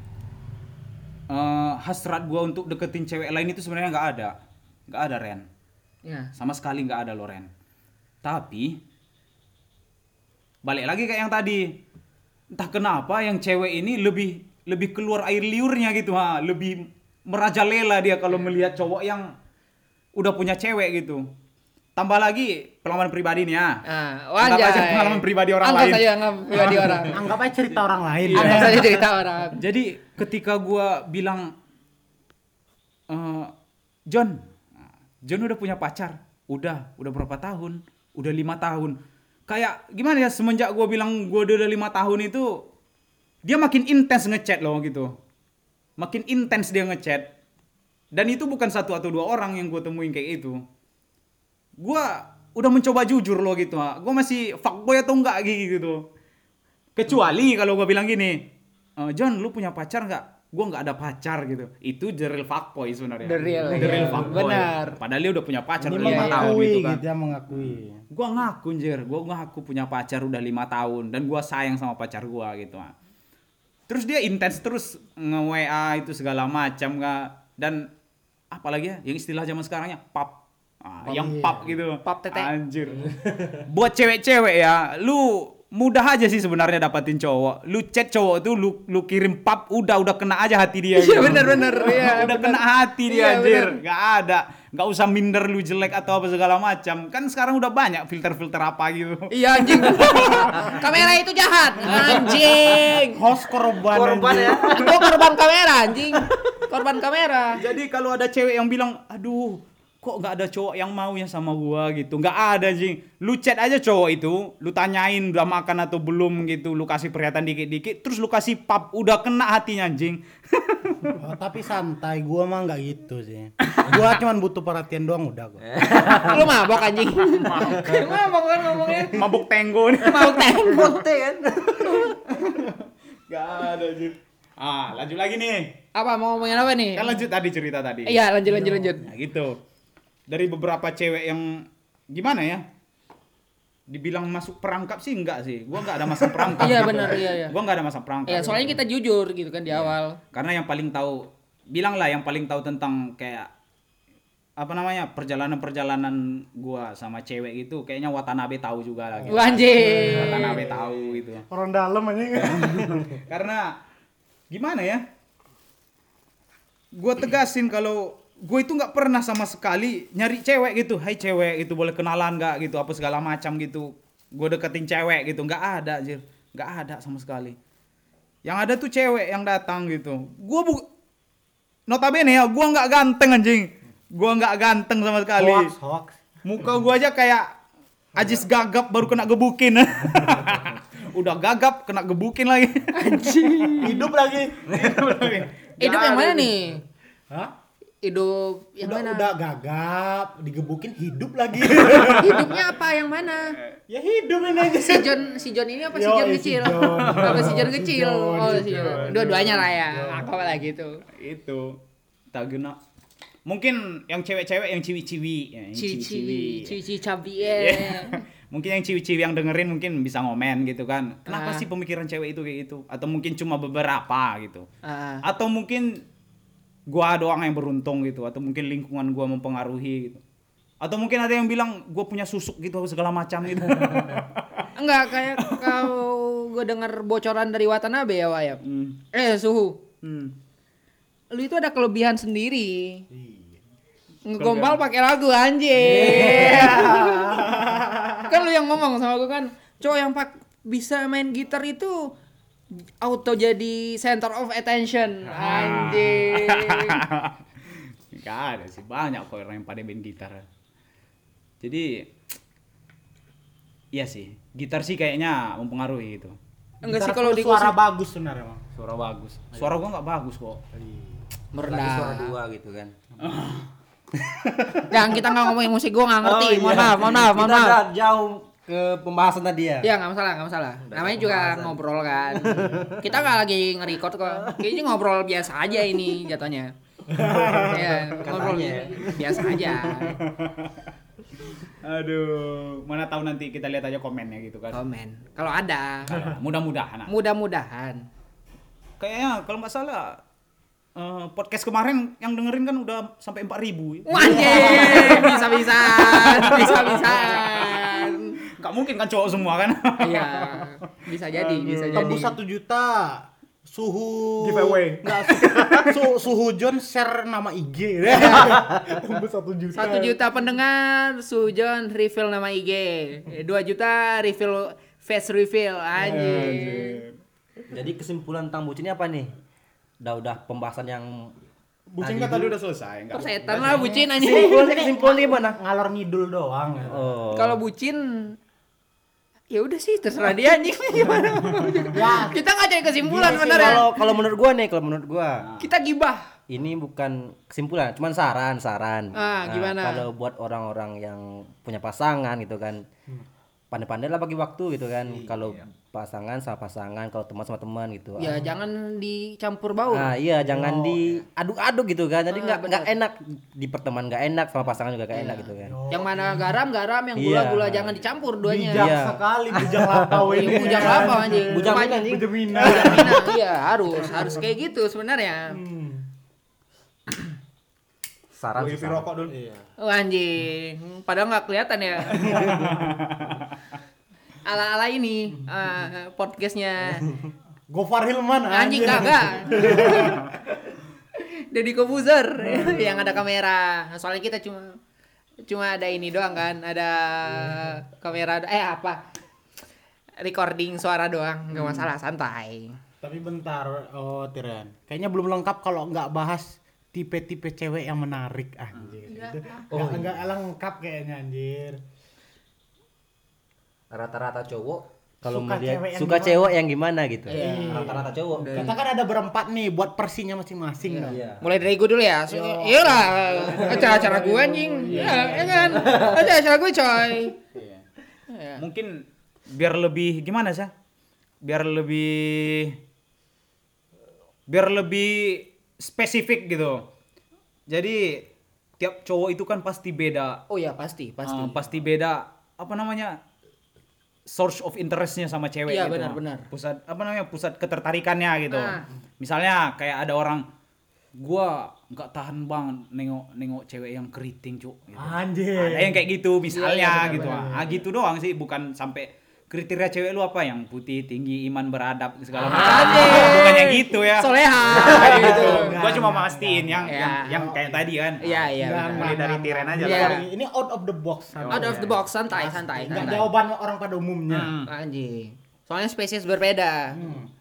eh, hasrat gue untuk deketin cewek lain itu sebenarnya nggak ada, nggak ada Ren, Ya. sama sekali nggak ada loh Ren. Tapi balik lagi kayak yang tadi, entah kenapa yang cewek ini lebih lebih keluar air liurnya gitu ha, lebih merajalela dia kalau melihat cowok yang udah punya cewek gitu. Tambah lagi pengalaman pribadi nih ya. Ah, Anggap wajah. aja pengalaman pribadi orang Anggap lain. saja anggap pribadi orang. Anggap aja cerita orang lain. Anggap saja cerita orang. Jadi ketika gua bilang eh John, John udah punya pacar, udah, udah berapa tahun? Udah lima tahun. Kayak gimana ya, semenjak gua bilang gua udah lima tahun itu, dia makin intens ngechat loh gitu. Makin intens dia ngechat. Dan itu bukan satu atau dua orang yang gua temuin kayak itu. Gua udah mencoba jujur loh gitu, gua masih fuckboy atau enggak gitu. Kecuali kalau gua bilang gini, e, John lu punya pacar nggak? Gue nggak ada pacar gitu. Itu the real fuckboy sebenarnya. The real, the real iya. fuckboy. Benar. Padahal dia udah punya pacar Ini udah lima tahun mengakui gitu gitu, kan. ya mengakui. Gue ngaku anjir, gue ngaku punya pacar udah lima tahun dan gue sayang sama pacar gue gitu. Terus dia intens terus nge-W A itu segala macam nggak, dan apalagi ya yang istilah zaman sekarangnya pap. Ah, yang pap gitu. Pap tete. Anjir. Buat cewek-cewek ya, lu mudah aja sih sebenarnya dapatin cowok. Lu chat cowok tuh lu lu kirim pap, udah udah kena aja hati dia. Iya gitu. benar-benar. Iya. Udah bener. kena hati dia Iya, anjir. bener. Gak ada. Gak usah minder lu jelek atau apa segala macam. Kan sekarang udah banyak filter-filter apa gitu. Iya anjing. Kamera itu jahat. Anjing. Host korban. Korban anjing. ya. Gua korban kamera anjing. Korban kamera. Jadi kalau ada cewek yang bilang, aduh, kok nggak ada cowok yang mau ya sama gua gitu, nggak ada Jing. Lu chat aja cowok itu, lu tanyain udah makan atau belum gitu, lu kasih perhatian dikit-dikit, terus lu kasih pap, udah kena hatinya anjing. Oh, tapi santai, gua mah nggak gitu sih. Gua cuman butuh perhatian doang udah kok. Lu mabok anjing. Mabok kan ngomongnya. Mabuk tenggo nih. Mabok tembok. kan. Gak ada Jing. Ah, lanjut lagi nih. Apa mau ngomongin apa nih? Kan lanjut tadi cerita tadi. Iya, lanjut lanjut lanjut. Nah gitu. Dari beberapa cewek yang gimana ya? Dibilang masuk perangkap sih enggak sih. Gua enggak ada masuk perangkap. Iya gitu. benar, iya iya. Gua enggak ada masuk perangkap. Ya, soalnya gitu. kita jujur gitu kan di awal. Karena yang paling tahu, bilang lah yang paling tahu tentang kayak apa namanya perjalanan-perjalanan gua sama cewek gitu, kayaknya Watanabe tahu juga lah gitu. Anjing. Watanabe tahu gitu. Orang dalam aja. Karena gimana ya? Gua tegasin kalau gue itu nggak pernah sama sekali nyari cewek gitu, hai cewek itu boleh kenalan nggak gitu, apa segala macam gitu. Gue deketin cewek gitu, nggak ada anjir, nggak ada sama sekali. Yang ada tuh cewek yang datang gitu. Gue bu, notabene ya, gue nggak ganteng anjing, gue nggak ganteng sama sekali. Hoax, hoax. Muka gue aja kayak Ajis gagap baru kena gebukin. Udah gagap kena gebukin lagi. Anjing. Hidup lagi. Hidup lagi. Hidup Nggak yang ada mana gitu. nih? Hah? Hidup yang Udah, mana? udah gagap, digebukin hidup lagi. Hidupnya apa yang mana? Ya hidup ini aja. Si John si John ini apa si Yo, John si kecil? John. Apa si John Si kecil? John, Oh, si si John. John. Dua-duanya lah ya. Apa lah gitu. Itu tak guna. Mungkin yang cewek-cewek yang ciwi-ciwi ya, yang Cici, cici cabi Iya. ya. Mungkin yang ciwi-ciwi yang dengerin mungkin bisa ngomen gitu kan. Kenapa Ah. sih pemikiran cewek itu kayak gitu? Atau mungkin cuma beberapa gitu. Ah. Atau mungkin gua doang yang beruntung gitu, atau mungkin lingkungan gua mempengaruhi gitu. Atau mungkin ada yang bilang gua punya susuk gitu segala macam gitu. Enggak kayak kau gue dengar bocoran dari Watanabe ya, Wayap. Hmm. Eh, Suhu. Hmm. Lu itu ada kelebihan sendiri. Ngegombal pakai lagu anjing. Kan lu yang ngomong sama gue kan, cowok yang pak bisa main gitar itu auto jadi center of attention. Anjing. Gak ada sih, banyak kok orang yang pada main gitar. Jadi iya sih, gitar sih kayaknya mempengaruhi gitu. Enggak sih Gitar kalau tuh di suara bagus sebenarnya, Bang. Suara bagus. Suara gua nggak bagus kok. Lagi suara merendah. dua gitu kan. Jangan kita nggak ngomongin musik, gue nggak ngerti. Oh, Mohon iya. maaf, mohon maaf, mohon Kita maaf. udah jauh ke pembahasan tadi ya. Ya nggak masalah, nggak masalah. Namanya juga ngobrol kan. Kita nggak lagi nge-record kok. Kayaknya ngobrol biasa aja ini jatuhnya. Ya, ngobrol Katanya. biasa aja. Aduh, mana tahu nanti kita lihat aja komennya gitu kan. Komen. Kalau ada, Mudah-mudahan. mudah-mudahan. Kayaknya kalau nggak salah eh, podcast kemarin yang dengerin kan udah sampai empat ribu. Anjing, bisa-bisaan, bisa-bisaan. Nggak mungkin kan cowok semua kan. Iya, bisa jadi, bisa jadi. Tembus satu juta. Suhu Giveaway. Nggak, su, suhu John share nama I G. Tembus satu juta. Satu juta pendengar, Sujon reveal nama I G. Dua juta reveal face reveal anjing. Jadi kesimpulan tentang bucin ini apa nih? Udah udah pembahasan yang Bucin kan tadi udah selesai, enggak? Persetan lah bucin anjing. kesimpulannya kesimpulan gimana? Ngalor ngidul doang. Oh. Kalau bucin ya udah sih terserah dia anjing gimana. Ya, Kita nggak cari kesimpulan Gini sih, bener ya. Kalau kalau menurut gua nih, kalau menurut gua Kita gibah. ini bukan kesimpulan, cuman saran, saran. Ah, gimana? Kalau buat orang-orang yang punya pasangan gitu kan, pandai-pandai lah bagi waktu gitu kan. Kalau pasangan sama pasangan, kalau teman sama teman gitu. Ya jangan dicampur bau. Ah iya, jangan diaduk-aduk gitu kan. Jadi Ah, nggak nggak benar. enak di pertemanan, nggak enak sama pasangan juga nggak enak gitu kan. Yang mana garam garam, yang gula Iya. gula jangan dicampur duanya. bijak Iya. sekali bujang lapau Oh, ini. ini bujang apa anjing? Bujang Rupanya- anjing. Bujang Minang. Bujang Minang, iya harus harus kayak gitu sebenarnya. Saran Gue sih, isi saran. rokok dulu. Iya. Oh, anjing, padahal nggak kelihatan ya. Ala-ala ini eh, podcastnya Gofar Hilman anjing kagak. Deddy Kobuzer yang ada kamera. Soalnya kita cuma cuma ada ini doang kan, ada kamera eh apa? Recording suara doang, nggak masalah, santai. Tapi bentar, oh Tiren. Kayaknya belum lengkap kalau nggak bahas tipe-tipe cewek yang menarik anjir. Itu Oh, nggak nggak lengkap kayaknya anjir. Rata-rata cowok kalau Suka melihat cewek yang suka gimana? cewek yang gimana gitu. Iya. Rata-rata cowok. Kita kan ada berempat nih buat persinya masing-masing. kan? Iya. Mulai dari gue dulu ya. So, iyalah, acara-acara gue anjing. Iya, ya kan? Acara-acara gue coy. Iya. Iya. Mungkin biar lebih gimana sih? Biar lebih biar lebih spesifik gitu. Jadi tiap cowok itu kan pasti beda. Oh ya pasti, pasti. Eh, pasti beda apa namanya? Source of interestnya sama cewek Iya, gitu. benar-benar. Pusat apa namanya? Pusat ketertarikannya gitu. Ah. Misalnya kayak ada orang gua nggak tahan bang nengok nengok cewek yang keriting, Cuk. Gitu. Anjir. Ada yang kayak gitu misalnya Iya, iya, benar, gitu. benar. Ah gitu doang sih, bukan sampai kriteria cewek lu apa yang putih, tinggi, iman, beradab segala macam. Anjir. Bukan yang gitu ya. Soleha gitu. Gua cuma mastiin yang, Iya. yang yang kayak tadi kan. Iya, iya. Nggak, benar. Mulai dari tiren aja Iya. lah. Sorry, ini out of the box. Out of the box, santai, santai, Nggak santai. jawaban orang pada umumnya. Hmm. Anjing. Soalnya spesies berbeda.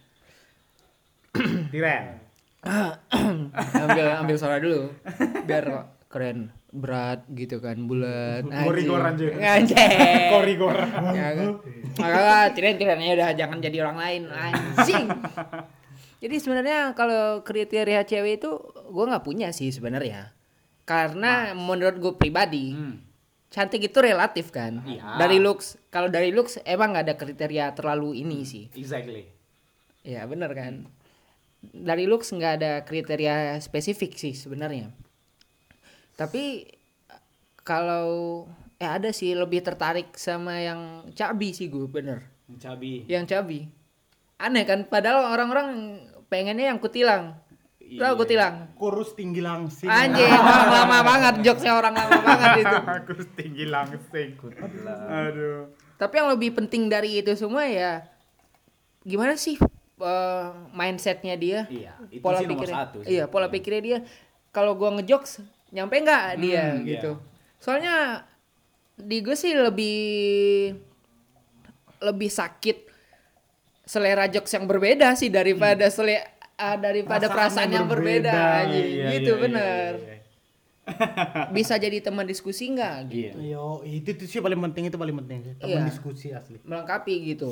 Tiren. ambil ambil suara dulu. Biar keren, berat gitu kan, bulat. Gorigor, anjing. Anjing. Korigor. Ya kan. Makanya tiren-tirennya udah jangan jadi orang lain. Anjing. Jadi sebenarnya kalau kriteria cewek itu gue nggak punya sih sebenarnya. Karena menurut gue pribadi, Hmm. cantik itu relatif kan. Iya. Dari looks, kalau dari looks emang nggak ada kriteria terlalu ini sih. Exactly. Ya benar kan. Dari looks nggak ada kriteria spesifik sih sebenarnya. Tapi kalau eh ada sih lebih tertarik sama yang cabi sih gue bener. Cabi. Yang cabi. Aneh kan, padahal orang-orang pengennya yang kutilang. Tahu kutilang? Kurus tinggi langsing. Anjing, orang lama banget jokesnya, orang lama banget itu. Aku tinggi langsing. Aduh. Tapi yang lebih penting dari itu semua ya gimana sih eh, mindsetnya dia? Iya, itu Pola sih nomor pikirnya. satu sih. Iya, pola pikirnya dia. Kalau gua ngejokes nyampe nggak dia Hmm, gitu. iya. Soalnya di gue sih lebih lebih sakit selera jokes yang berbeda sih daripada selera ah, daripada perasaan, yang berbeda, anjing. Iya, gitu iya, bener. iya, iya. Bisa jadi teman diskusi nggak gitu. Iya. Yo, itu, itu sih paling penting, itu paling penting sih. Teman Iya. diskusi asli. Melengkapi gitu.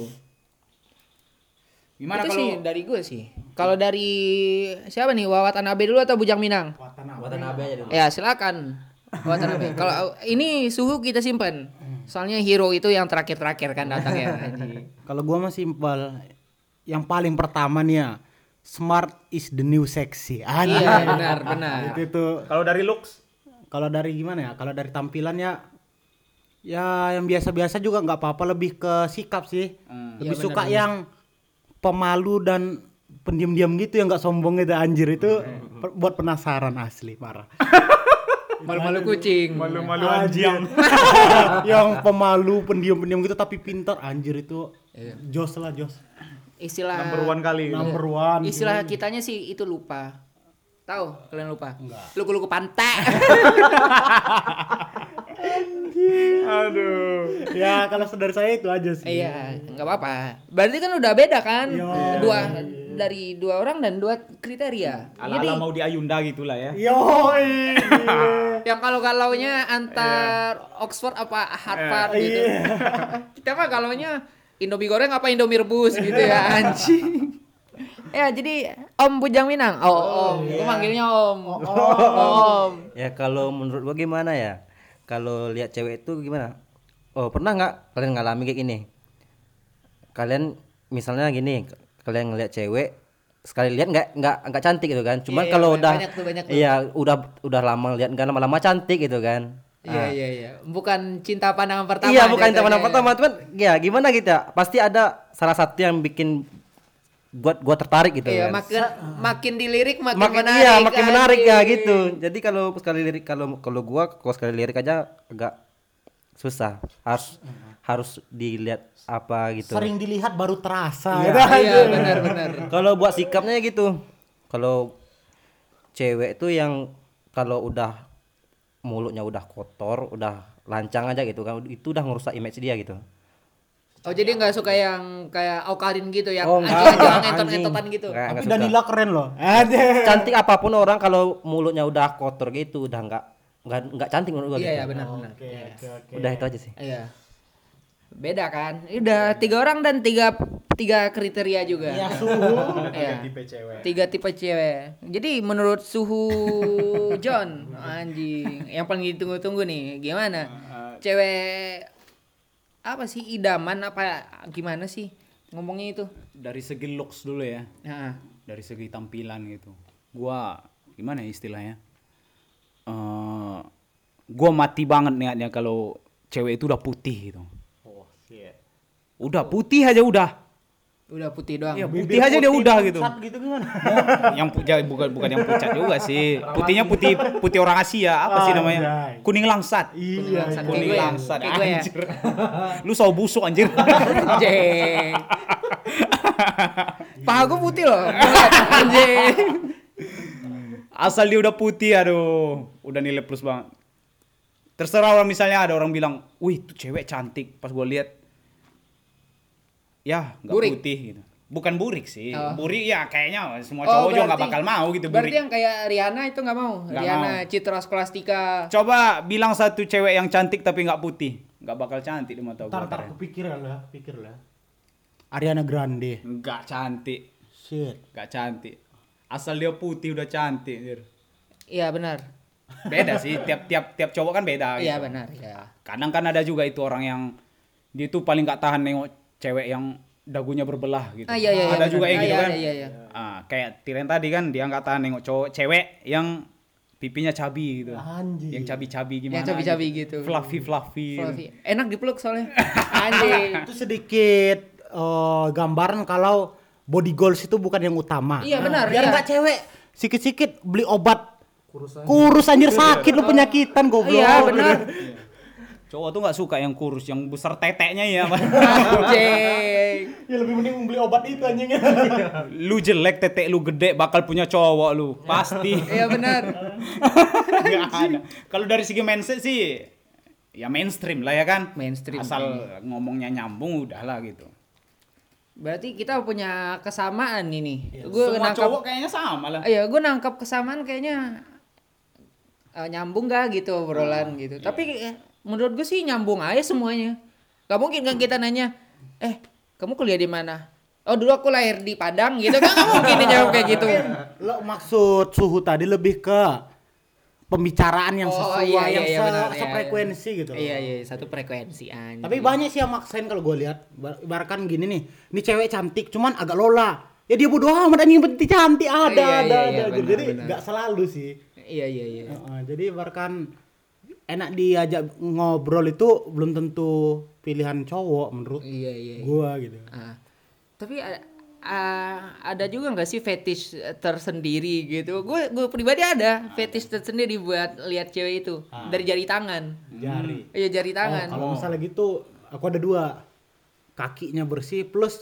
Gimana Itu kalau sih dari gue sih. Kalau dari siapa nih? Wawat Anabe dulu atau Bujang Minang? Watanabe aja dulu. Ya silakan. Wawat Anabe. Kalau ini suhu kita simpen. Soalnya hero itu yang terakhir-terakhir kan datangnya. anjing. Kalau gua mah simpel. Yang paling pertama nih ya, smart is the new sexy. Anjir. Iya benar benar. Itu tuh. kalau dari looks? Kalau dari gimana ya? Kalau dari tampilan ya, ya yang biasa-biasa juga nggak apa-apa. Lebih ke sikap sih. Hmm. Lebih Iya, suka benar, yang pemalu dan pendiam-diam gitu, yang nggak sombong gitu anjir itu. per- buat penasaran asli marah. Malu-malu kucing. Malu-malu Anjir. anjing. Yang pemalu pendiam-pendiam gitu tapi pintar anjir itu. Iya. Jos lah jos. istilah Number one kali. gitu. Number one. istilah kitanya sih itu lupa. Tahu? Kalian lupa? Luku-luku pantai. Aduh. Ya kalau saudara saya itu aja sih. Iya, nggak apa-apa. Berarti kan udah beda kan? Yo. Dua dari dua orang dan dua kriteria. Jadi Ala-ala mau di Ayunda gitulah ya. Yoi. yang kalau galaunya antar Oxford apa Harvard gitu. Kita mah galaunya Indomie goreng apa Indomie rebus gitu ya anjing. Ya jadi Om Bujang Minang. Oh, Om. Gua manggilnya Om. Om. Ya kalau menurut gua gimana ya? Kalau lihat cewek itu gimana? Oh, pernah nggak kalian ngalami kayak gini? Kalian misalnya gini, kalian ngeliat cewek sekali lihat nggak nggak nggak cantik gitu kan? Cuman Iya, kalau iya, udah banyak tuh, banyak tuh. iya udah udah lama lihat nggak lama-lama cantik gitu kan? Iya iya iya. Bukan cinta pandangan pertama. Iya bukan jatuhnya. teman pertama, cuman ya gimana kita? Pasti ada salah satu yang bikin buat gua tertarik gitu Iya, kan. makin makin dilirik makin, makin menarik. iya makin menarik ya anjing. gitu. Jadi kalau sekali lirik kalau kalau gua kalau sekali lirik aja agak susah. Harus harus dilihat apa gitu. Sering dilihat baru terasa. Iya. Iya benar benar. Kalau buat sikapnya gitu. Kalau cewek itu yang kalau udah mulutnya udah kotor, udah lancang aja gitu kan, itu udah ngerusak image dia gitu. Oh jadi nggak suka yang kayak Aukarin gitu yang Oh, enggak. anjing-anjing Anjing. entot-entotan gitu. Enggak, Tapi enggak suka. Danila keren loh. Ada. Cantik apapun orang kalau mulutnya udah kotor gitu udah enggak enggak enggak cantik menurut gua Iya gitu. iya benar benar. Oke oke oke. Udah itu aja sih. Iya. Beda kan? Udah tiga orang dan tiga tiga kriteria juga. Ya suhu. Iya. Tipe cewek. Tiga tipe cewek. Jadi menurut suhu John, anjing, yang paling ditunggu-tunggu nih, gimana? Cewek apa sih idaman apa gimana sih ngomongnya itu? Dari segi looks dulu ya. Nah, Dari segi tampilan gitu. Gua gimana ya istilahnya? Eh gua mati banget niatnya kalau cewek itu udah putih gitu. Oh, shit. Udah putih aja udah. udah putih doang. Iya, putih aja dia udah gitu. Sat gitu gimana? Yang pu- ja- bukan bukan yang pucat juga sih. Putihnya putih putih orang Asia, apa sih namanya? Anjay. Kuning langsat. Iya. Langsat. Kayak Kuning gue ya? langsat Kayak gue ya? anjir. Lu sawo busuk anjir. Anjing. Paha gue putih loh. Bulat, anjing. Asal dia udah putih, aduh, udah nilai plus banget. Terserah orang misalnya ada orang bilang, "Wih, tuh cewek cantik." Pas gua lihat ya, enggak Burik. putih gitu. Bukan burik sih. Oh. Burik ya kayaknya semua Oh, cowok juga nggak berarti- bakal mau gitu Berarti burik. yang kayak Rihanna itu nggak mau. Nggak Rihanna mau. Citra Scholastika. Coba bilang satu cewek yang cantik tapi nggak putih, nggak bakal cantik di mata Ntar gua. ntar ntar ya. kupikir lah, pikir lah. Ariana Grande. Nggak cantik, Shit. nggak cantik. Asal dia putih udah cantik, anjir. Iya benar. Beda sih, tiap tiap tiap cowok kan beda. Iya gitu. benar ya. Kadang kan ada juga itu orang yang dia tuh paling nggak tahan nengok cewek yang dagunya berbelah gitu. Ah iya iya. Ada iya, juga benar. yang gitu Ah, iya, kan. Iya iya. Ah, kayak Tiren tadi kan dia nggak tahan nengok cowok cewek yang pipinya cabi gitu. Anjing. Yang cabi-cabi gimana? Yang cabi-cabi gitu. Fluffy fluffy. Fluffy. Enak dipeluk soalnya. Anjing. Itu sedikit eh, gambaran kalau body goals itu bukan yang utama. Iya, benar, Biar iya. nggak cewek sikit-sikit beli obat kurus anjir sakit lu penyakitan goblok. Iya benar. Cowok tuh nggak suka yang kurus, yang besar teteknya ya. Anjing. Ya lebih mending beli obat itu anjing. Lu jelek tetek lu gede bakal punya cowok lu pasti. Iya benar. Nggak ada. Kalau dari segi mindset sih ya mainstream lah ya kan. Mainstream. Asal ngomongnya nyambung udahlah gitu. Berarti kita punya kesamaan ini. Semua Gue nangkap. cowok kayaknya sama lah. Iya, gue nangkap kesamaan kayaknya eh, nyambung gak gitu obrolan gitu. Tapi eh, menurut gue sih nyambung aja semuanya. Gak mungkin kan kita nanya, eh kamu kuliah di mana? Oh dulu aku lahir di Padang gitu kan gak mungkin dia jawab kayak gitu. Lo maksud suhu tadi lebih ke pembicaraan yang Oh, sesuai iya, iya, yang iya, se- benar, iya, sefrekuensi gitu loh. Iya iya satu frekuensi anjing. Tapi banyak sih yang maksain kalau gue lihat. Bar- Ibaratkan gini nih, ini cewek cantik cuman agak lola. Ya dia bodo amat anjing penting cantik ada Iya, ada iya, ada. iya, gitu. benar, Jadi benar. nggak selalu sih. Iya iya iya. Heeh, jadi ibaratkan enak diajak ngobrol itu belum tentu pilihan cowok menurut Iya iya. iya. gua gitu. Ah. Tapi a- a- ada juga nggak sih fetish tersendiri gitu? Gue gue pribadi ada fetish tersendiri buat lihat cewek itu dari jari tangan. Jari. Iya jari tangan. Oh, kalau misalnya gitu aku ada dua. Kakinya bersih plus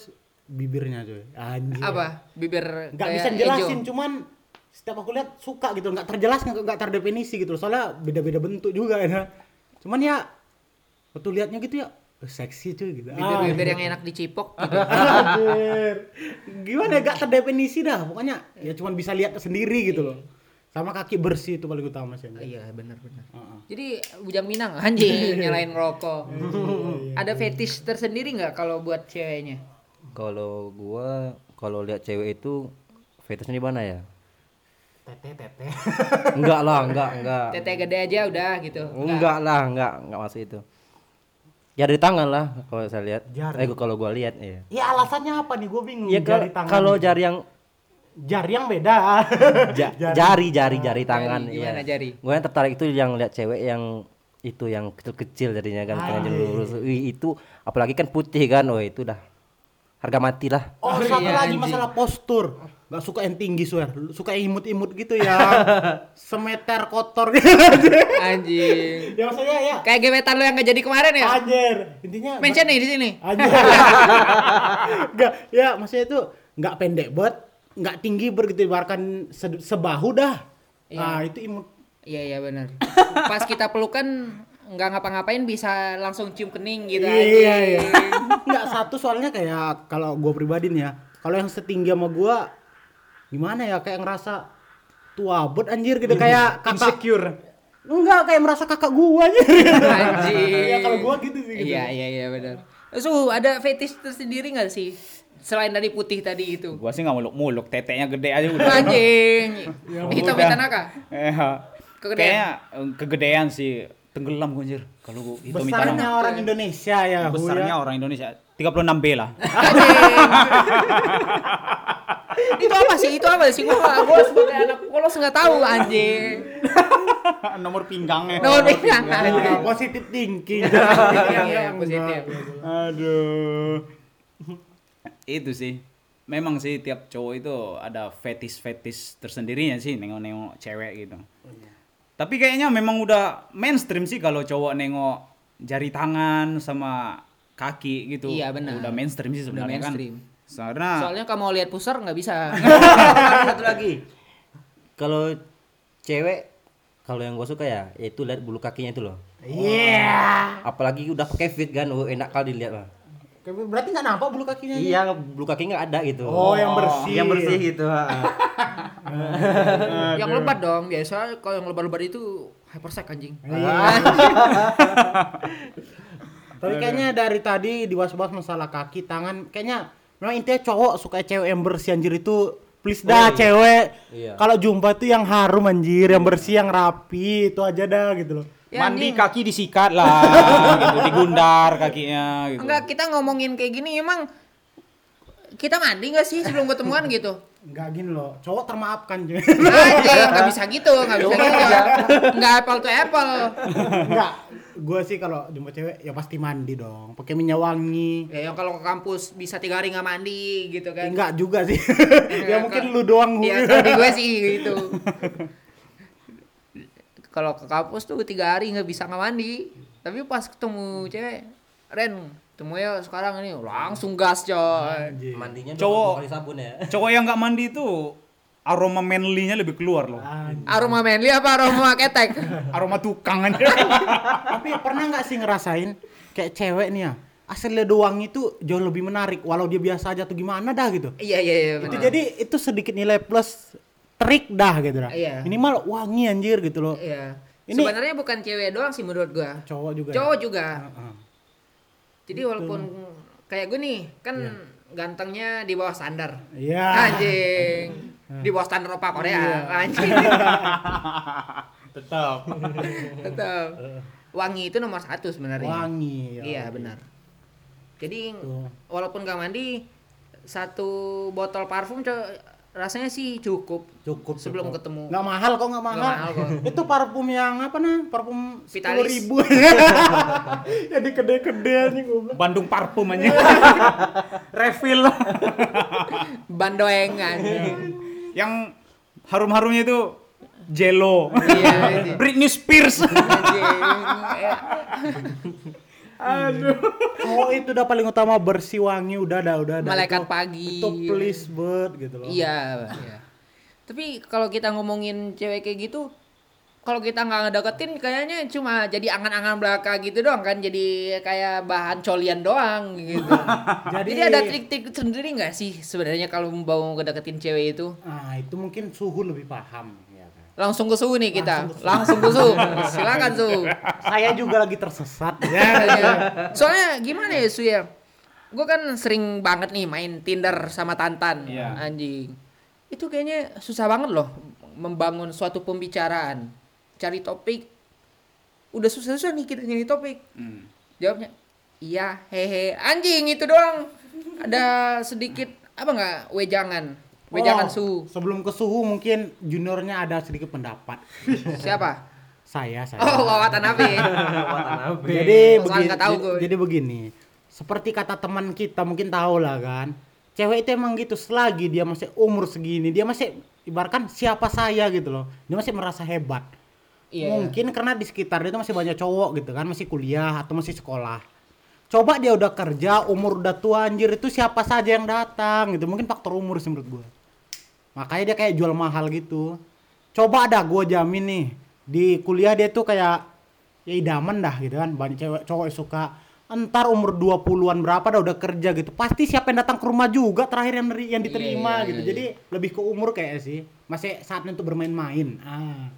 bibirnya coy. Anjir. Apa? Bibir Nggak kayak bisa jelasin, hijau. cuman setiap aku lihat suka gitu, nggak terjelas, nggak nggak terdefinisi gitu. Soalnya beda-beda bentuk juga ya. Cuman ya waktu liatnya gitu ya eh, seksi cuy gitu. Bibir-bibir Ah, yang enak dicipok gitu. Anjir. Gimana ya, gak terdefinisi dah. Pokoknya ya cuman bisa lihat sendiri gitu loh. Sama kaki bersih itu paling utama sih. Iya, benar-benar. Heeh. Jadi bujang Minang anjing nyalain rokok. Ada fetish tersendiri nggak kalau buat ceweknya? Kalau gua kalau lihat cewek itu fetishnya di mana ya? Tete tete. Enggak lah, enggak, enggak. Tete gede aja udah gitu. Enggak lah, enggak, enggak masuk itu. Ya dari tangan lah kalau saya lihat. Jari. Eh gua- kalau gua lihat ya. Ya alasannya apa nih? Gue bingung. Ya Jari kalau tangan. kalau jari yang jari yang beda. ja- jari jari jari tangan Jari, gimana iya. jari? Gue yang tertarik itu yang lihat cewek yang itu yang kecil-kecil jadinya kan tangan Anjir. lurus. Wih, itu apalagi kan putih kan. Oh itu dah harga mati lah. Oh, Oh, satu iya, lagi anjing. masalah postur. Gak suka yang tinggi swear, suka yang imut-imut gitu ya. Semeter kotor gitu. Anjing. Ya maksudnya ya. Kayak gebetan lo yang nggak jadi kemarin ya? Anjir, intinya Mention nih di sini. Anjir. Enggak, ya maksudnya itu enggak pendek banget, enggak tinggi begitu ibaratkan se- sebahu dah. Iya. Nah, itu imut. Iya iya benar. Pas kita pelukan nggak ngapa-ngapain bisa langsung cium kening gitu Iya, anjing. iya. Enggak satu soalnya kayak kalau gua pribadi nih ya. Kalau yang setinggi sama gua gimana ya kayak ngerasa tua bet anjir gitu kayak kakak Insecure. enggak kayak merasa kakak gua aja. Anjing. Ya kalau gua gitu sih gitu. Iya iya iya benar. Terus uh, ada fetish tersendiri nggak sih selain dari putih tadi itu? Gua sih nggak muluk-muluk, teteknya gede aja udah. Anjing. Hitam Udah. hitam naka. Iya. Kegedean. Kayaknya eh, kegedean sih. Tenggelam gua anjir. Kalau gua hitam Besarnya orang Indonesia ya. Hu, Besarnya ya. orang Indonesia tiga puluh enam B lah. Anjing. Itu apa sih? Itu apa sih? Gua nggak- gua sebagai anak polos nggak tahu anjing. Nomor pinggangnya. Nomor pinggang. Ya, positif thinking. Iya, positif. Aduh. Itu sih. Memang sih tiap cowok itu ada fetish-fetish tersendirinya sih nengok-nengok cewek gitu. Tapi kayaknya memang udah mainstream sih kalau cowok nengok jari tangan sama kaki gitu. Iya, benar. Udah mainstream sih Udah sebenarnya mainstream. kan. Karena Soalnya kalau mau lihat pusar nggak bisa. Ada satu lagi. Kalau cewek kalau yang gue suka ya yaitu lihat bulu kakinya itu loh. Iya. Apalagi udah pakai fit kan, oh, enak kali dilihat lah. Berarti nggak nampak bulu kakinya? nih? Iya, bulu kaki nggak ada gitu. Oh, yang bersih. Yang bersih gitu. ha. Yang lebat dong. Biasa kalau yang lebat-lebat itu hypersek anjing. Tapi kayaknya dari tadi dibahas-bahas masalah kaki, tangan, kayaknya memang intinya cowok suka cewek yang bersih anjir itu. Please dah cewek. Iya. Kalau jumpa tuh yang harum anjir, yang bersih, yang rapi, itu aja dah gitu loh. Ya, mandi anjing. kaki disikat lah gitu, digundar kakinya gitu. Enggak, kita ngomongin kayak gini emang kita mandi nggak sih sebelum ketemuan gitu? Enggak gini loh, cowok termaafkan cuy. Anjing, nggak bisa gitu, nggak bisa gitu. Nggak apple to apple. Enggak, gua sih kalau jumpa cewek ya pasti mandi dong, pakai minyak wangi. Ya yang kalau ke kampus bisa tiga hari nggak mandi gitu kan? Enggak juga sih. Ya, ya mungkin kalau- lu doang. Hu. Ya tadi gue sih gitu. Kalau ke kampus tuh tiga hari nggak bisa nggak mandi. Tapi pas ketemu cewek, Ren, temunya sekarang ini langsung gas coy. Anjir. Mandinya Cowok. dua kali sabun ya. Cowok yang nggak mandi itu aroma manly-nya lebih keluar loh. Anjir. Aroma manly apa aroma ketek? Aroma tukang aja. Tapi pernah nggak sih ngerasain kayak cewek nih ya, aslinya doang itu jauh lebih menarik walau dia biasa aja atau gimana dah gitu. Iya iya iya. Itu benar. jadi itu sedikit nilai plus trik dah gitu dah. Iya. Minimal wangi anjir gitu loh. Iya. Ini- Sebenarnya bukan cewek doang sih menurut gua. Cowok juga. Cowok ya? juga. Heeh. Jadi walaupun kayak gue nih kan gantengnya di bawah standar. Iya. Anjing. Di bawah standar opa Korea. Anjing. Tetap. Tetap. Wangi itu nomor satu sebenarnya. Wangi. ya. Iya benar. Jadi Tuh. walaupun gak mandi satu botol parfum co- rasanya sih cukup. Cukup Sebelum cukup. ketemu. Nggak mahal kok, nggak mahal. mahal kok. Itu parfum yang apa nah? Parfum sepuluh Vitalis. ribu. Jadi kede-kede anjing goblok. Bandung parfum aja. Refill. Bandoeng anjing. Yang harum-harumnya itu Jello. Iya, iya. Britney Spears. Anjing. Aduh. Cowok itu udah paling utama bersih wangi udah dah udah dah. Malaikat Itu- pagi. Itu please bird gitu loh. Iya, iya. Tapi kalau kita ngomongin cewek kayak gitu, kalau kita nggak ngedeketin kayaknya cuma jadi angan-angan belaka gitu doang kan, jadi kayak bahan colian doang gitu. Jadi- jadi, ada trik-trik sendiri nggak sih sebenarnya kalau mau ngedeketin cewek itu? Ah, itu mungkin suhu lebih paham ya kan. Langsung ke suhu nih kita. Langsung ke suhu. Silakan suhu. Saya juga lagi tersesat ya. Iya. Soalnya gimana ya Su ya? Gue kan sering banget nih main Tinder sama Tantan, Iya. anjing. Itu kayaknya susah banget loh membangun suatu pembicaraan. Cari topik. Udah susah-susah nih kita nyari topik. Hmm. Jawabnya iya, hehe. Anjing itu doang. Ada sedikit apa nggak wejangan? Wejangan Oh, Su. Sebelum ke suhu mungkin juniornya ada sedikit pendapat. Siapa? Saya saya. Oh, Wawatan Nabi. Jadi Soalnya begini, nggak tahu gue. jadi begini. Seperti kata teman kita mungkin tahu lah kan. Cewek itu emang gitu, selagi dia masih umur segini, dia masih ibaratkan siapa saya gitu loh. Dia masih merasa hebat. Iya. Mungkin karena di sekitar dia tuh masih banyak cowok gitu kan, masih kuliah atau masih sekolah. Coba dia udah kerja, umur udah tua anjir, itu siapa saja yang datang gitu. Mungkin faktor umur sih menurut gua. Makanya dia kayak jual mahal gitu. Coba ada gua jamin nih, di kuliah dia tuh kayak ya idaman dah gitu kan. Banyak cewek cowok yang suka. Entar umur dua puluhan berapa dah udah kerja gitu. Pasti siapa yang datang ke rumah juga terakhir yang neri- yang diterima Iya, iya, gitu. iya. Jadi lebih ke umur kayak sih. Masih saatnya untuk bermain-main. Ah.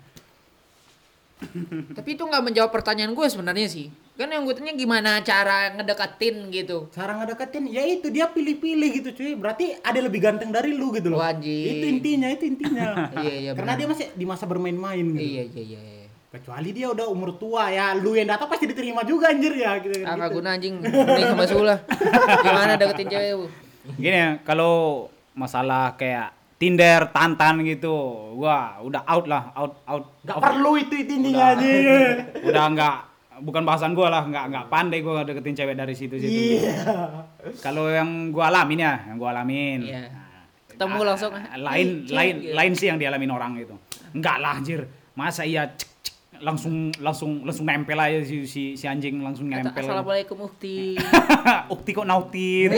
Tapi itu nggak menjawab pertanyaan gue sebenarnya sih. Kan yang gue tanya gimana cara ngedeketin gitu. Cara ngedeketin ya itu dia pilih-pilih gitu cuy. Berarti ada lebih ganteng dari lu gitu loh. Wajib. Itu intinya, itu intinya. Iya, iya, Karena benar. dia masih di masa bermain-main gitu. Iya iya iya. iya. Kecuali dia udah umur tua ya, lu yang datang pasti diterima juga anjir ya gitu. Ah nggak gitu. guna anjing. Mending sama Sula. Gimana deketin cewek bu? Gini ya, kalau masalah kayak Tinder, Tantan gitu, wah udah out lah, out out. Gak of- perlu itu itu intinya anjir. Udah nggak, bukan bahasan gua lah, nggak nggak pandai gua deketin cewek dari situ-situ. Iya. Kalau yang gua alamin ya, yang gua alamin. Iya. Nah, Ketemu ah, langsung, lain "Ih, lain cek," gitu. lain sih yang dialamin orang gitu. Enggak lah anjir. Masa iya cek, cek, langsung langsung langsung nempel aja si si, si anjing langsung Kata, nempel. Assalamualaikum Ukti. Ukti kok nautin.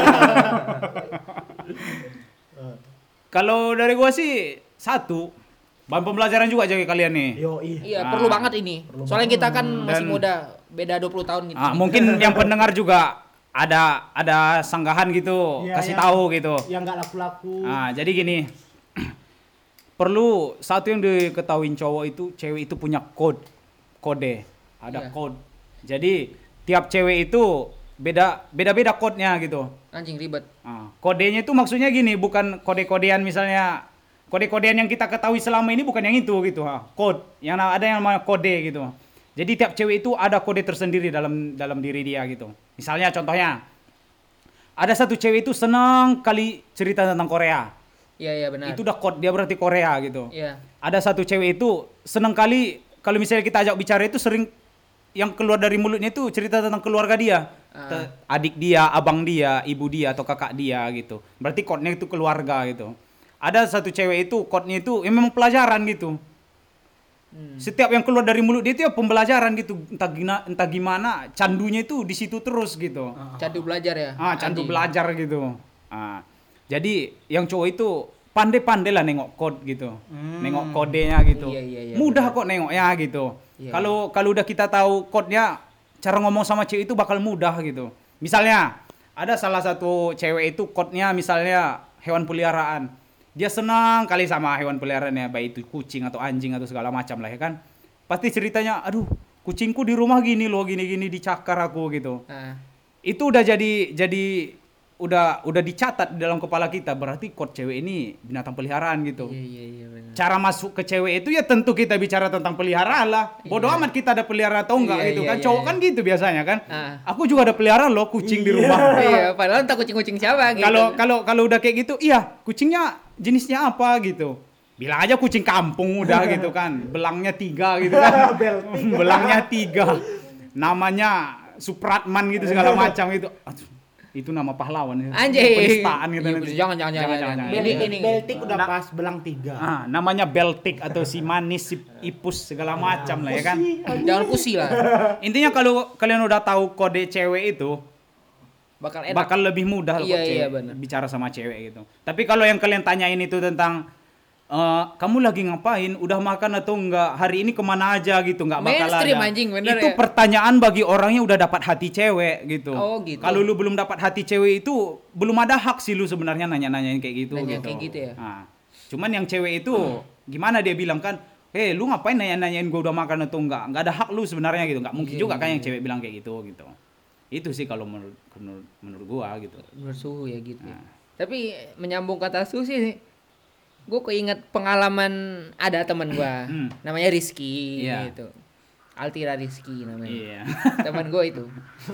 Kalau dari gua sih satu, bahan pembelajaran juga jadi kalian nih. Yo iya. Iya Ah. perlu banget ini. Soalnya kita kan masih Dan- muda, beda dua puluh tahun gitu. Ah, mungkin yang pendengar juga ada ada sanggahan gitu, Iya, kasih iya. tahu gitu. Yang nggak laku-laku. Nah, jadi gini. Perlu satu yang diketahuin cowok itu, cewek itu punya code. Kode. Ada Iya. code. Jadi tiap cewek itu beda beda-beda code-nya gitu. Anjing ribet. Ah, kodenya itu maksudnya gini, bukan kode-kodean misalnya kode-kodean yang kita ketahui selama ini bukan yang itu gitu. Ah, code. Yang na- ada yang namanya kode gitu. Jadi tiap cewek itu ada kode tersendiri dalam dalam diri dia gitu. Misalnya contohnya ada satu cewek itu senang kali cerita tentang Korea. Iya iya benar. Itu udah code dia berarti Korea gitu. Iya. Ada satu cewek itu senang kali kalau misalnya kita ajak bicara itu sering yang keluar dari mulutnya itu cerita tentang keluarga dia. Ah. Te- Adik dia, abang dia, ibu dia atau kakak dia gitu. Berarti code-nya itu keluarga gitu. Ada satu cewek itu code-nya itu ya memang pelajaran gitu. Hmm. Setiap yang keluar dari mulut dia itu ya pembelajaran gitu. Entah gina, entah gimana candunya itu di situ terus gitu. Candu belajar ya. Ah, candu Anjing. belajar gitu. Ah, jadi yang cowok itu pandai-pandai lah nengok code gitu, nengok kodenya gitu. Iya, iya, iya, Mudah kok nengoknya gitu. Iya. Kalau kalau udah kita tahu code-nya, cara ngomong sama cewek itu bakal mudah gitu. Misalnya ada salah satu cewek itu code-nya misalnya hewan peliharaan. Dia senang kali sama hewan peliharaannya, baik itu kucing atau anjing atau segala macam lah ya kan. Pasti ceritanya, aduh kucingku di rumah gini loh, gini-gini dicakar aku gitu. Ah. Itu udah jadi jadi udah udah dicatat di dalam kepala kita, berarti code cewek ini binatang peliharaan gitu. Iya iya iya benar. Cara masuk ke cewek itu ya tentu kita bicara tentang peliharaan lah. Bodoh amat kita ada peliharaan atau enggak Iya, gitu iya, kan. iya, Cowok iya. kan gitu biasanya kan. Ah. Aku juga ada peliharaan loh kucing di rumah. Iya, padahal entah kucing-kucing siapa gitu. Kalau kalau kalau udah kayak gitu, iya, kucingnya jenisnya apa gitu. Bilang aja kucing kampung udah gitu kan. Belangnya tiga gitu kan. Belangnya tiga. Namanya Supratman gitu segala macam gitu. Aduh, Itu nama pahlawan ya. Anjing. Penistaan gitu Iya, nanti. jangan, jangan, jangan, jangan. Bel- Ini, ini. Beltik udah Nah. pas belang tiga. Ah, namanya Beltik atau si manis, si ipus segala macam lah ya kan. Jangan pusi lah. Intinya kalau kalian udah tahu kode cewek itu Bakal enak. bakal lebih mudah Iya, kok iya, cewek benar. bicara sama cewek gitu. Tapi kalau yang kalian tanyain itu tentang eh, kamu lagi ngapain, udah makan atau enggak, hari ini kemana aja gitu, nggak bakal Mainstream, ada. anjing, bener itu ya? pertanyaan bagi orang yang udah dapat hati cewek gitu. Oh, gitu. Kalau lu belum dapat hati cewek itu belum ada hak sih lu sebenarnya nanya-nanyain kayak gitu. Nanya gitu. kayak gitu ya? Nah, cuman yang cewek itu gimana dia bilang kan, hei lu ngapain nanya-nanyain gue udah makan atau enggak? Nggak ada hak lu sebenarnya gitu. Nggak mungkin Iya, juga kan iya. yang cewek bilang kayak gitu gitu. Itu sih kalau menurut menurut, menurut gua gitu. Bersuhu ya gitu. ya. Nah. Tapi menyambung kata susi nih. Gue keinget pengalaman ada teman gua, Hmm. namanya Rizky Iya. gitu. Altira Rizky namanya. Iya. Teman gue itu.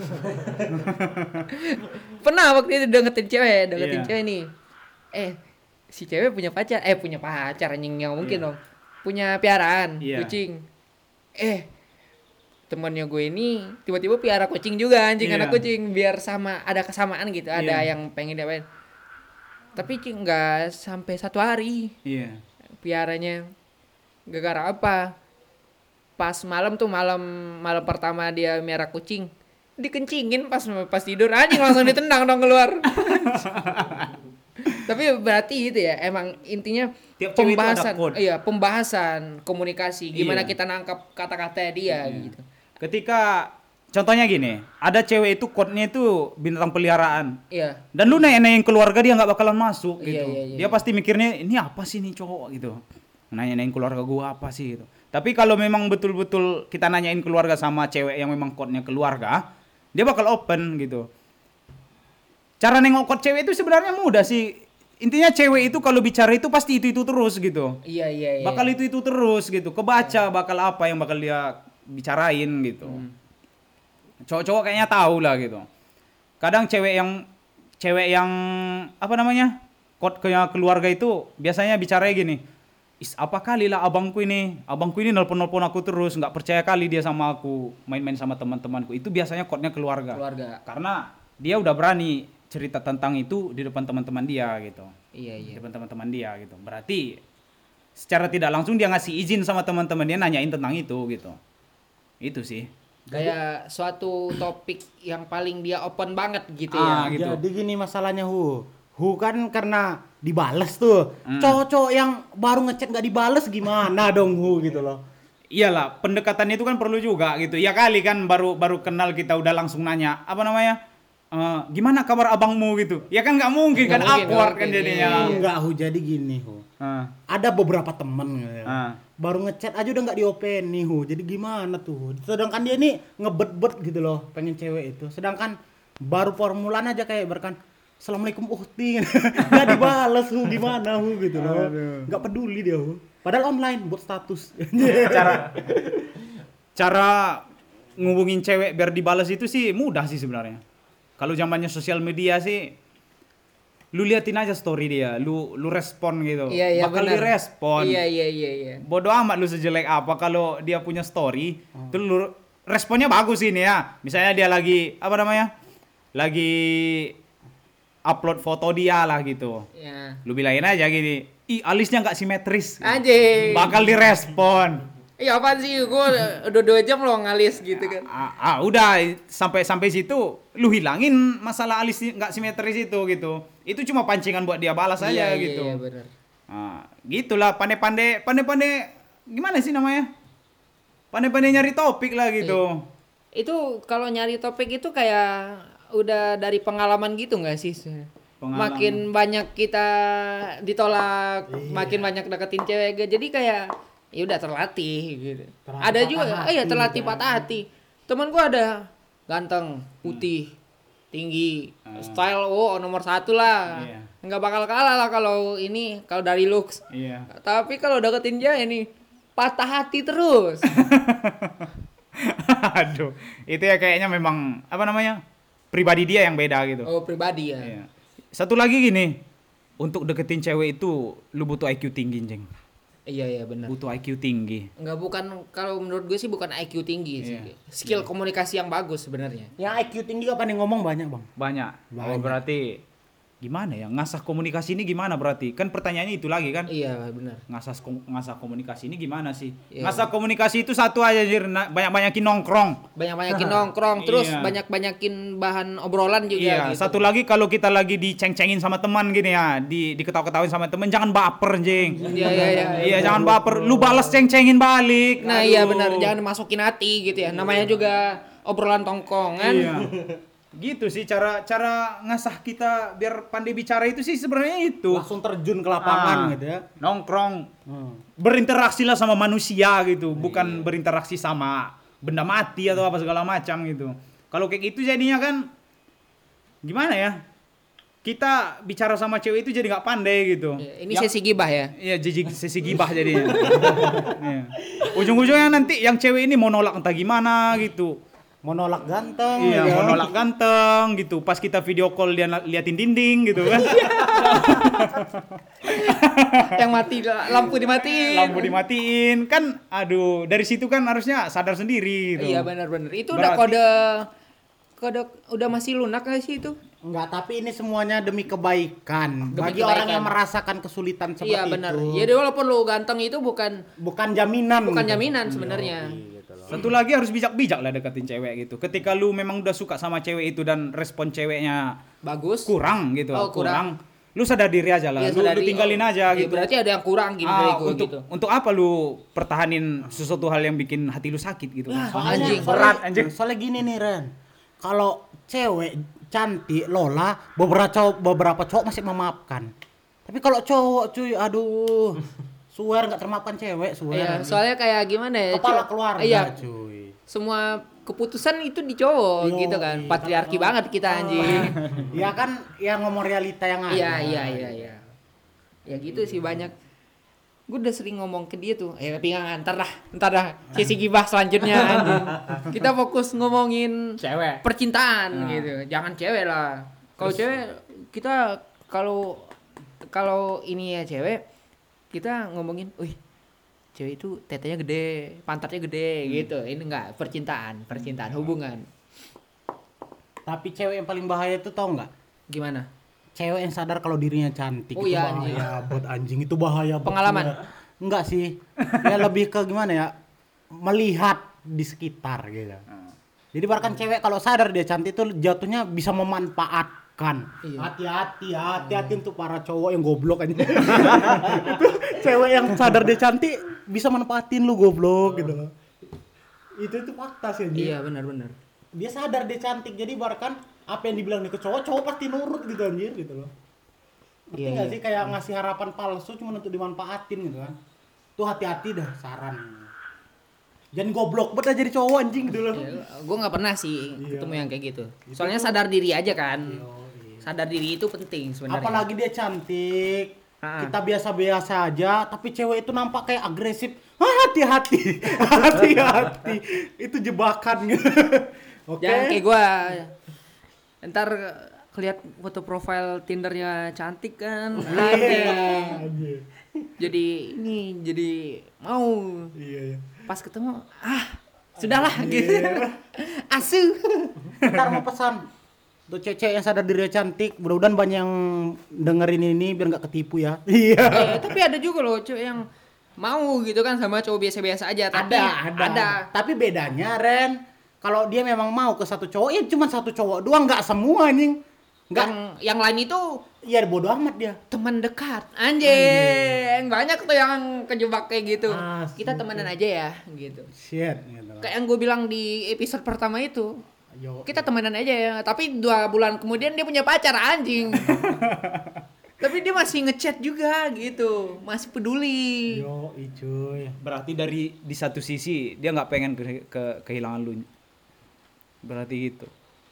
Pernah waktu itu deketin cewek, deketin Iya. cewek nih. Eh, si cewek punya pacar, eh punya pacar anjing yang mungkin Iya. dong. Punya piaraan, Iya. kucing. Eh, temannya gue ini tiba-tiba piara kucing juga anjing, Iya. anak kucing biar sama ada kesamaan gitu, ada Iya. yang pengen diapain. Tapi cing nggak sampai satu hari Iya. piaranya. Gara-gara apa? Pas malam tuh malam malam pertama dia merah kucing, dikencingin pas pas tidur anjing langsung ditendang dong keluar. Tapi berarti itu ya emang intinya Tiap cewek itu ada pembahasan code. iya pembahasan komunikasi gimana Iya. kita nangkap kata-kata dia gitu. Ketika contohnya gini, ada cewek itu kodenya itu binatang peliharaan. Iya. Dan lu nanya-nanyain keluarga dia nggak bakalan masuk gitu. Iya, iya, iya. Dia pasti mikirnya ini apa sih nih cowok gitu. Nanya-nanyain keluarga gua apa sih gitu. Tapi kalau memang betul-betul kita nanyain keluarga sama cewek yang memang kodenya keluarga, dia bakal open gitu. Cara nengok kod cewek itu sebenarnya mudah sih. Intinya cewek itu kalau bicara itu pasti itu-itu terus gitu. Iya iya iya. Bakal itu-itu terus gitu. Kebaca bakal apa yang bakal dia bicarain gitu. Cowok-cowok kayaknya tahu lah gitu. Kadang cewek yang cewek yang apa namanya? Kod ke keluarga itu biasanya bicaranya gini. Is apa kali lah abangku ini. Abangku ini nelpon-nelpon aku terus, nggak percaya kali dia sama aku, main-main sama teman-temanku. Itu biasanya kodnya keluarga. Keluarga. Karena dia udah berani cerita tentang itu di depan teman-teman dia gitu. Iya Di iya. depan teman-teman dia gitu. Berarti secara tidak langsung dia ngasih izin sama teman-teman dia nanyain tentang itu gitu. Itu sih. Kayak suatu topik yang paling dia open banget gitu Ah, ya. gitu. Jadi gini masalahnya Hu. Hu kan karena dibales tuh. Hmm. Cowok-cowok yang baru ngechat nggak dibales gimana dong Hu gitu loh. Iyalah, pendekatan itu kan perlu juga gitu. Ya kali kan baru baru kenal kita udah langsung nanya, apa namanya? Eh, gimana kabar abangmu gitu. Ya kan nggak mungkin Nggak kan mungkin, nggak awkward kan mungkin, jadinya. iya. Enggak Hu, jadi gini Hu. Ah, Ada beberapa temen gitu ya. ah. Baru ngechat aja udah nggak diopen nih Hu. Jadi gimana tuh? Sedangkan dia nih ngebet-bet gitu loh, pengen cewek itu. Sedangkan baru formulan aja kayak berkan Assalamualaikum Uhti. Nggak dibales Hu, gimana Hu gitu loh. Nggak peduli dia Hu. Padahal online buat status. Cara cara ngubungin cewek biar dibalas itu sih mudah sih sebenarnya. Kalau zamannya sosial media sih lu liatin aja story dia, lu lu respon gitu. Iya iya Bakal benar. direspon. Iya iya iya iya. Bodoh amat lu sejelek apa kalau dia punya story, tuh lu responnya bagus ini ya. Misalnya dia lagi apa namanya? Lagi upload foto dia lah gitu. Ya. Lu bilangin aja gini, ih alisnya nggak simetris. Anjing. Bakal direspon. Iya apaan sih? Gue udah dua jam loh ngalis gitu kan. Ah, ah, udah sampai sampai situ lu hilangin masalah alis nggak simetris itu gitu. Itu cuma pancingan buat dia balas aja Iya, gitu. Iya, iya benar. Nah, gitulah pandai-pandai pandai-pandai gimana sih namanya? Pandai-pandai nyari topik lah gitu. Itu kalau nyari topik itu kayak udah dari pengalaman gitu nggak sih? Pengalaman. Makin banyak kita ditolak, makin banyak deketin cewek, jadi kayak ya udah terlatih gitu. Terlatih Ada patah juga, hati eh ya terlatih kan. patah hati. Temen gua ada ganteng, putih, tinggi, style oh nomor satu lah. Iya. Nggak bakal kalah lah kalau ini kalau dari looks. Iya. Tapi kalau deketin dia ini patah hati terus. Aduh, itu ya kayaknya memang apa namanya? Pribadi dia yang beda gitu. Oh pribadi ya. Iya. Satu lagi gini, untuk deketin cewek itu lu butuh I Q tinggi, Jeng. Iya iya benar. butuh I Q tinggi. Enggak, bukan, kalau menurut gue sih bukan I Q tinggi sih. Iya. Skill komunikasi yang bagus sebenarnya. Yang I Q tinggi gak pandai ngomong banyak bang. Banyak. Banyak. Oh, berarti gimana ya? Ngasah komunikasi ini gimana berarti? Kan pertanyaannya itu lagi kan? Iya benar. Ngasah kom- ngasah komunikasi ini gimana sih? Iya. Ngasah komunikasi itu satu aja, Jir. Na- banyak-banyakin nongkrong. Banyak-banyakin nongkrong, terus Iya. banyak-banyakin bahan obrolan juga Iya, gitu. satu lagi kalau kita lagi diceng-cengin sama teman gini ya, di diketawa-ketawain sama teman, jangan baper, Jing. Iya iya iya. Iya, jangan baper. Lu balas ceng-cengin balik. Nah, iya Aduh. benar, jangan masukin hati gitu ya. Namanya juga obrolan tongkongan. Iya. Gitu sih cara cara ngasah kita biar pandai bicara itu sih sebenarnya itu. Langsung terjun ke lapangan Ah, gitu ya. Nongkrong. Hmm. Berinteraksi lah sama manusia gitu, bukan berinteraksi sama benda mati atau apa segala macam gitu. Kalau kayak gitu jadinya kan gimana ya? Kita bicara sama cewek itu jadi nggak pandai gitu. Ya, ini Yang- sesi gibah ya. Iya, jadi sesi gibah jadinya. Iya. Ujung-ujungnya nanti yang cewek ini mau nolak entah gimana gitu. Mau nolak ganteng. Iya, ya. mau nolak ganteng gitu. Pas kita video call dia na- liatin dinding gitu kan. Yang mati lampu dimatiin. Lampu dimatiin kan. Aduh, dari situ kan harusnya sadar sendiri gitu. Iya benar-benar. Itu udah Berarti- kode kode udah masih lunak gak sih itu? Enggak, tapi ini semuanya demi kebaikan. Demi Bagi kebaikan. orang yang merasakan kesulitan seperti Iya benar. itu. Jadi walaupun lu ganteng itu bukan Bukan jaminan. bukan gitu. jaminan sebenarnya. Satu lagi harus bijak-bijak lah deketin cewek gitu. Ketika lu memang udah suka sama cewek itu dan respon ceweknya Bagus. kurang gitu, Oh, kurang. Lu sadar diri aja lah. Iya, lu, lu sadari, tinggalin oh, aja iya, gitu. berarti ada yang kurang gitu Ah, dari gua untuk gitu. untuk apa lu pertahanin sesuatu hal yang bikin hati lu sakit gitu. Ah, Soalnya anjing. berat anjing. Soalnya gini nih Ren. Kalau cewek cantik Lola, beberapa cowok beberapa cowok masih memaafkan. Tapi kalau cowok cuy, aduh. Suwer nggak termaafkan cewek, suwer. Iya, soalnya kayak gimana ya? Kepala Cu- keluarga Iya, cuy. semua keputusan itu di cowok Yo, gitu kan. iya. Patriarki banget kita anjing. Ya kan yang ngomong realita yang ada. Iya, iya, iya, iya. Ya gitu sih banyak. Gue udah sering ngomong ke dia tuh. Eh, tapi nggak, ntar dah, ntar dah. Sesi gibah selanjutnya anjing. Kita fokus ngomongin Cewek. percintaan Nah. gitu. Jangan cewek lah. Kalau cewek kita kalau kalau ini ya cewek kita ngomongin, "Wih, cewek itu tetenya gede, pantatnya gede," gitu. Ini enggak percintaan, percintaan hubungan. Tapi cewek yang paling bahaya itu tau nggak? Gimana? Cewek yang sadar kalau dirinya cantik Oh itu iya, bahaya buat anjing, itu bahaya buat Pengalaman? semua. Enggak sih. Ya lebih ke gimana ya? Melihat di sekitar gitu. Jadi bahkan cewek kalau sadar dia cantik itu jatuhnya bisa memanfaatkan. Iya. Hati-hati, hati-hati untuk para cowok yang goblok aja. Itu cewek yang sadar dia cantik bisa manfaatin lu goblok gitu loh. Itu itu fakta sih anjing. Iya, benar-benar. Dia sadar dia cantik, jadi bahkan apa yang dibilang nih ke cowok, cowok pasti nurut gitu anjir gitu loh. Ngerti Iya, nggak iya. sih kayak ngasih harapan palsu cuma untuk dimanfaatin gitu kan. Tuh hati-hati dah, saran. Jangan goblok banget jadi cowok anjing gitu loh. Ya, gue nggak pernah sih Iya. ketemu yang kayak gitu. Soalnya sadar diri aja kan. Iya. Sadar diri itu penting sebenarnya. Apalagi dia cantik, Ah. kita biasa-biasa aja, tapi cewek itu nampak kayak agresif. Ah, hati-hati, hati-hati, itu jebakan gitu. Oke. Jangan kayak gue. Ntar kelihat foto profile Tindernya cantik kan. Iya, Anjing. anjir. Jadi ini jadi mau Iya, iya. pas ketemu ah sudahlah gitu. Asu. Ntar mau pesan untuk cewek yang sadar dirinya cantik, mudah-mudahan banyak yang dengerin ini biar nggak ketipu ya. Iya. Eh, tapi ada juga loh cewek yang mau gitu kan sama cowok biasa-biasa aja. Tapi Ada, ada, ada. Tapi bedanya Ren, kalau dia memang mau ke satu cowok, ya cuma satu cowok doang, nggak semua anjing. Nggak, Yang yang lain itu ya bodo amat dia. teman dekat. Anjing, banyak tuh yang kejebak kayak gitu. Asli. Kita temenan aja ya gitu. Shit. Gitu. Kayak yang gue bilang di episode pertama itu. Yo, Kita temenan aja ya, tapi dua bulan kemudian dia punya pacar anjing. Tapi dia masih ngechat juga gitu, masih peduli. yo, cuy. Berarti dari di satu sisi dia nggak pengen ke, ke- kehilangan lu. Berarti gitu.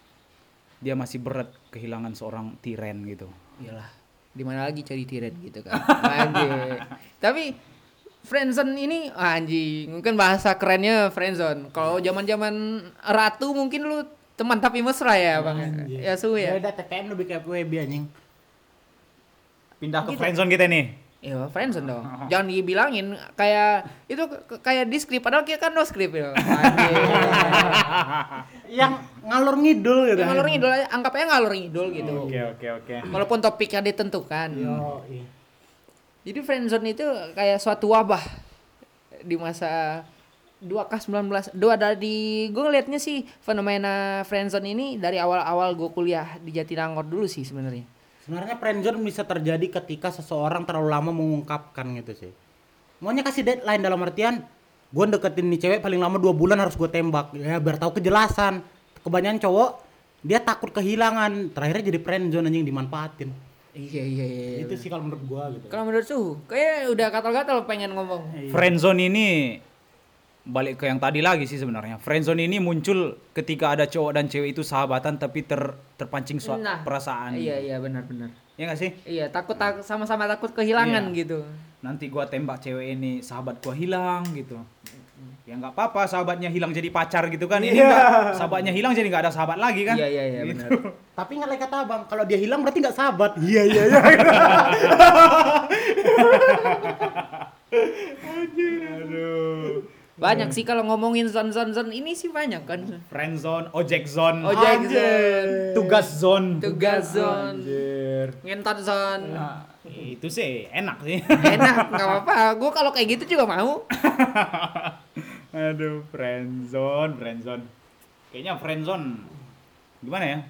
Dia masih berat kehilangan seorang tiren gitu. Iyalah, di mana lagi cari tiret gitu kan. Anjing. Tapi friendzone ini anjing, mungkin bahasa kerennya friendzone. Kalau zaman-zaman ratu mungkin lu teman tapi mesra ya, Bang. Ya su ya. Beda T P M lebih kayak W B anjing. Pindah ke Gitu. friendzone kita nih. Ya friendzone dong. Jangan dibilangin kayak itu k- kayak di skrip padahal kita kan no skrip ya. Anjir. Yang ngalor ngidul gitu. Ya, ngalor ngidul aja, anggap aja ngalor ngidul gitu. Oke oke oke. Walaupun topiknya ditentukan. Yo, Jadi friendzone itu kayak suatu wabah di masa dua K sembilan belas. Dua dari gue ngelihatnya sih fenomena friendzone ini dari awal-awal gue kuliah di Jatinangor dulu sih sebenarnya. Sebenarnya friendzone bisa terjadi ketika seseorang terlalu lama mengungkapkan gitu sih. Maunya kasih deadline dalam artian gue deketin nih cewek paling lama dua bulan harus gue tembak ya biar tahu kejelasan. Kebanyakan cowok dia takut kehilangan, terakhirnya jadi friendzone anjing dimanfaatin. Iya iya iya. Itu sih kalau menurut gua gitu. Kalau menurut suhu, kayak udah gatal-gatal pengen ngomong. Friendzone ini balik ke yang tadi lagi sih sebenarnya. Friendzone ini muncul ketika ada cowok dan cewek itu sahabatan tapi ter terpancing suatu Nah, perasaan. Iya iya benar-benar. Ya nggak sih? Iya takut tak, sama-sama takut kehilangan Iya. gitu. Nanti gua tembak cewek ini, sahabat gua hilang gitu. Ya nggak apa-apa sahabatnya hilang jadi pacar gitu kan. Ini nggak, sahabatnya hilang jadi nggak ada sahabat lagi kan. Iya iya iya Gitu. benar. Tapi nggak like kata abang, kalau dia hilang berarti nggak sahabat. Iya iya iya. Banyak sih kalau ngomongin zone zone zone ini sih banyak kan. Friendzone, ojek zone, Ojek Anjir. zone, tugas zone. tugas zone, Anjir. ngentot zone. Nah, itu sih enak sih. Enak, nggak apa-apa. Gue kalau kayak gitu juga mau. Aduh, friendzone, friendzone. Kayaknya friendzone gimana ya?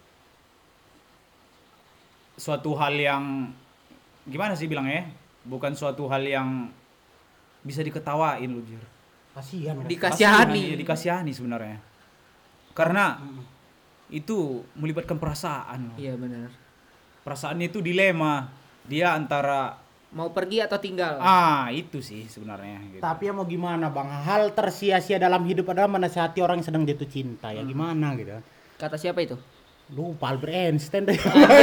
Suatu hal yang gimana sih bilangnya? Bukan suatu hal yang bisa diketawain lu, Jir. Kasihan. Dikasihani. Iya, dikasihani sebenarnya. Karena itu melibatkan perasaan. Iya benar. Perasaannya itu dilema. Dia antara Mau pergi atau tinggal? ah itu sih sebenarnya gitu. Tapi ya mau gimana bang, hal tersia-sia dalam hidup adalah menasihati orang yang sedang jatuh cinta. Ya gimana gitu. Kata siapa itu? Lupa Albert Einstein deh.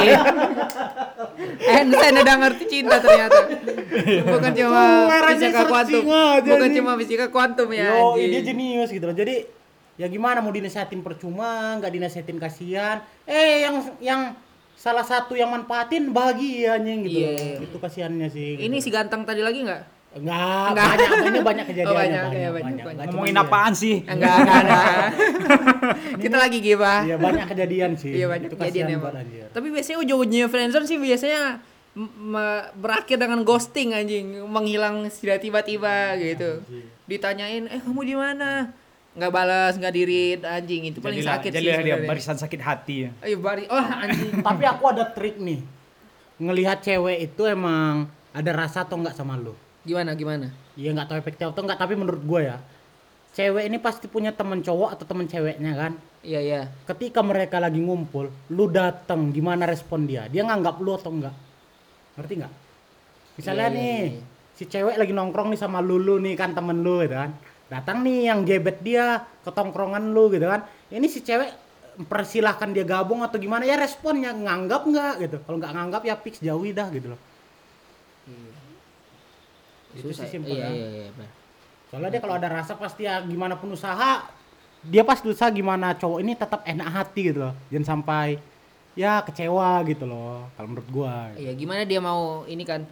Einstein udah ngerti cinta ternyata. Bukan cuma Suaranya fisika kuantum. searching aja Bukan nih. cuma fisika kuantum ya. Yo, anjing. dia jenius gitu loh. Jadi ya gimana mau dinasihatin percuma, nggak dinasihatin kasihan. Eh yang yang salah satu yang manfaatin bahagia anjing gitu. Iya. loh. Itu kasihannya sih. Ini si ganteng tadi lagi enggak? Enggak, Enggak. banyak ini banyak kejadiannya Oh, banyak, banyak, ya, banyak, banyak, banyak. Nggak Ngomongin cuma dia. apaan sih? Enggak, enggak ada. Kita lagi gibah. Iya banyak kejadian sih. Iya banyak Itu kejadian kasihan emang. banget, anjir. Tapi biasanya ujung-ujungnya friendzone sih biasanya m- me- berakhir dengan ghosting anjing, menghilang secara tiba-tiba gitu. Ditanyain, "Eh, kamu di mana?" Enggak balas, enggak dirit anjing, itu paling Jadilah, sakit sih. jadilah dia sebenarnya. barisan sakit hati ya. Ayo bari. Oh, anjing. Tapi aku ada trik nih. Ngelihat cewek itu emang ada rasa atau enggak sama lu. Gimana gimana? Iya nggak tahu efektif atau enggak, tapi menurut gue ya. Cewek ini pasti punya teman cowok atau teman ceweknya kan. Iya, iya. Ketika mereka lagi ngumpul, lu dateng, gimana respon dia? Dia nganggap lu atau enggak? Ngerti nggak? Misalnya Iya, iya, nih, iya. si cewek lagi nongkrong nih sama lu, lu nih kan temen lu gitu kan. Datang nih yang gebet dia ke tongkrongan lu gitu kan. Ini si cewek persilahkan dia gabung atau gimana ya responnya, nganggap nggak gitu. Kalau nggak nganggap ya fix jauhi dah gitu loh. Itu sih Susah. simpel Iya, kan. iya, iya. benar. Soalnya dia kalau ada rasa pasti ya gimana pun usaha, dia pasti usaha gimana cowok ini tetap enak hati gitu loh. Jangan sampai ya kecewa gitu loh kalau menurut gua. Iya, gimana dia mau ini kan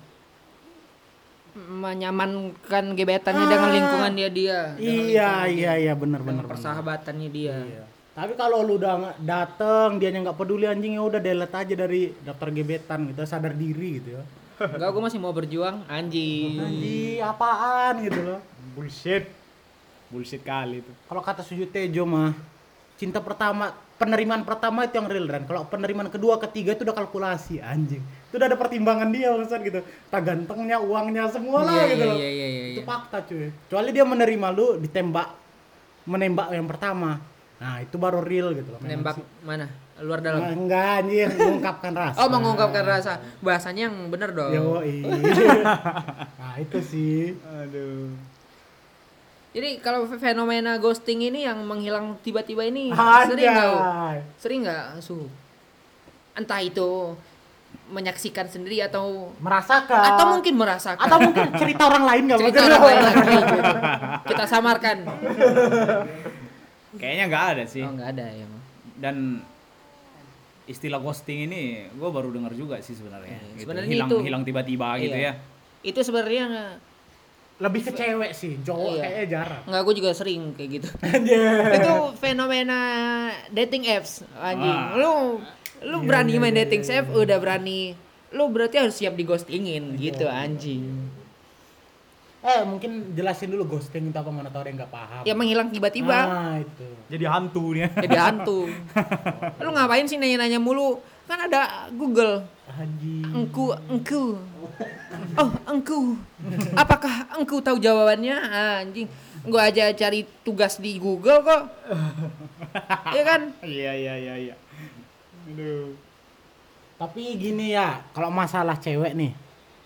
menyamankan gebetannya Ah. dengan lingkungan dia dia. dengan Iya lingkungan iya dia, iya benar dengan benar. persahabatannya dia. Iya. Tapi kalau lu udah nggak dateng, dia nggak peduli anjing, ya udah delete aja dari daftar gebetan gitu, sadar diri gitu ya. Enggak, gue masih mau berjuang, anjing. Anjing apaan gitu loh. Bullshit. Bullshit kali itu. Kalau kata Suju Tejo mah, cinta pertama, penerimaan pertama itu yang real dan kalau penerimaan kedua, ketiga itu udah kalkulasi anjing. Itu udah ada pertimbangan dia maksud gitu. Tak gantengnya, uangnya semua lah Iya, gitu iya, loh. iya, iya, iya. Itu fakta cuy. Kecuali dia menerima lu ditembak, menembak yang pertama. Nah itu baru real gitu loh. Nembak mana? Luar Nah, dalam. enggak anjir, mengungkapkan rasa. Oh, mengungkapkan rasa. Bahasanya yang bener dong. Yoi. Nah itu sih. Aduh. Jadi kalau fenomena ghosting ini yang menghilang tiba-tiba ini Anjay. sering nggak? Sering nggak, Su? Entah itu menyaksikan sendiri atau Merasakan. atau mungkin merasakan. atau mungkin cerita orang lain nggak cerita orang lain lagi gitu. Kita samarkan. Kayaknya nggak ada sih. Oh, nggak ada ya. Bang. Dan istilah ghosting ini gue baru dengar juga sih sebenarnya. Iya, Gitu. sebenarnya Hilang itu. hilang tiba-tiba gitu Iya. ya. Itu sebenarnya Lebih ke cewek sih, cowok Iya. kayaknya jarang. nggak, gue juga sering kayak gitu. Itu fenomena dating apps anjing. Ah. Lu lu berani main dating apps udah berani, lu berarti harus siap di ghostingin gitu anjing. Eh mungkin jelasin dulu ghosting itu apa, mana tahu ada yang nggak paham. Ya menghilang tiba-tiba. Ah itu. Jadi hantu dia. Jadi hantu. Lu ngapain sih nanya-nanya mulu? Kan ada Google. Anjing. Engku, engku. Oh, engku. Apakah engku tahu jawabannya? Anjing. Gua aja cari tugas di Google kok. Iya kan? Iya iya iya iya. Aduh. Tapi gini ya, kalau masalah cewek nih,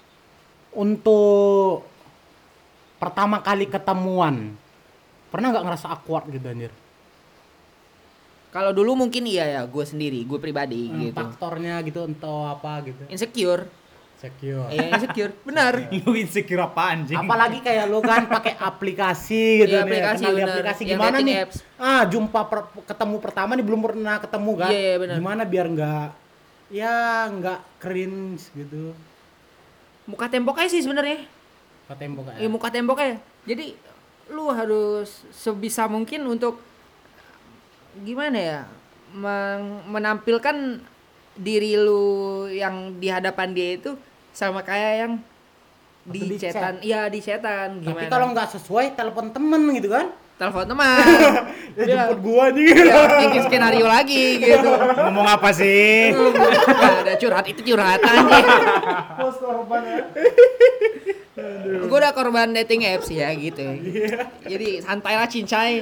untuk pertama kali ketemuan, pernah nggak ngerasa awkward gitu anjir? Kalau dulu mungkin iya ya, gue sendiri, gue pribadi Hmm, gitu. Faktornya gitu, entah apa gitu. Insecure. Secure. Iya, insecure. Benar. Lu insecure apa anjing? Apalagi kayak lu kan pakai aplikasi gitu Iya, nih, aplikasi, kenal di bener. aplikasi Yang gimana dating nih? apps. Ah, jumpa per- ketemu pertama nih belum pernah ketemu kan? Iya, iya, bener. Gimana biar nggak ya nggak cringe gitu. Muka tembok aja sih sebenarnya. Ke tembok kayak. Iya, muka tembok aja. Jadi lu harus sebisa mungkin untuk gimana ya? Men- menampilkan diri lu yang di hadapan dia itu sama kayak yang di Atau di chatan. Iya, di chatan gimana? Tapi kalau nggak sesuai telepon temen gitu kan? telepon teman. Ya Iya. jemput gua nih. Ya, bikin skenario lagi gitu. Ngomong apa sih? Nggak ada curhat, itu curhat anjing. Pos korban ya. Gue udah korban dating apps ya gitu. Jadi santailah cincai.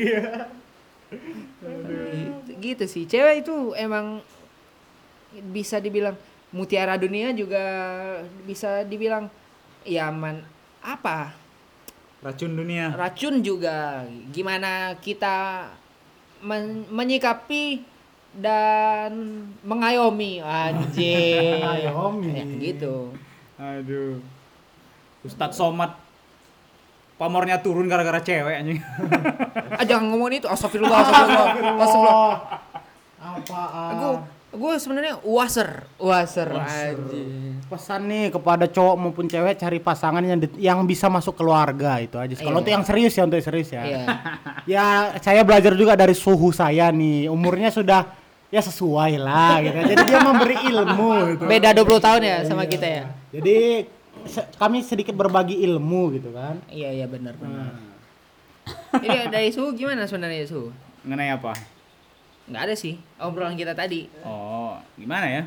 Gitu, gitu sih. Cewek itu emang bisa dibilang mutiara dunia, juga bisa dibilang ya man apa? Racun dunia. Racun juga. Gimana kita men- menyikapi dan mengayomi anjing. Mengayomi. Ya, gitu. Aduh. Ustadz Somad pamornya turun gara-gara cewek anjing. Ah, jangan ngomongin itu. Astagfirullah, astagfirullah. Astagfirullah. Apaan? Gue gue sebenarnya waser, waser anjing. Pesan nih kepada cowok maupun cewek, cari pasangan yang di- yang bisa masuk keluarga itu aja. Kalau Iya. untuk yang serius ya, untuk yang serius ya. Iya. Ya saya belajar juga dari suhu saya nih, umurnya sudah ya sesuai lah gitu. Jadi dia memberi ilmu gitu. Beda dua puluh tahun ya sama kita ya. Jadi se- kami sedikit berbagi ilmu gitu kan. Iya, iya benar benar. Jadi dari suhu gimana sebenarnya suhu? Mengenai apa? Nggak ada sih obrolan kita tadi. Oh, gimana ya?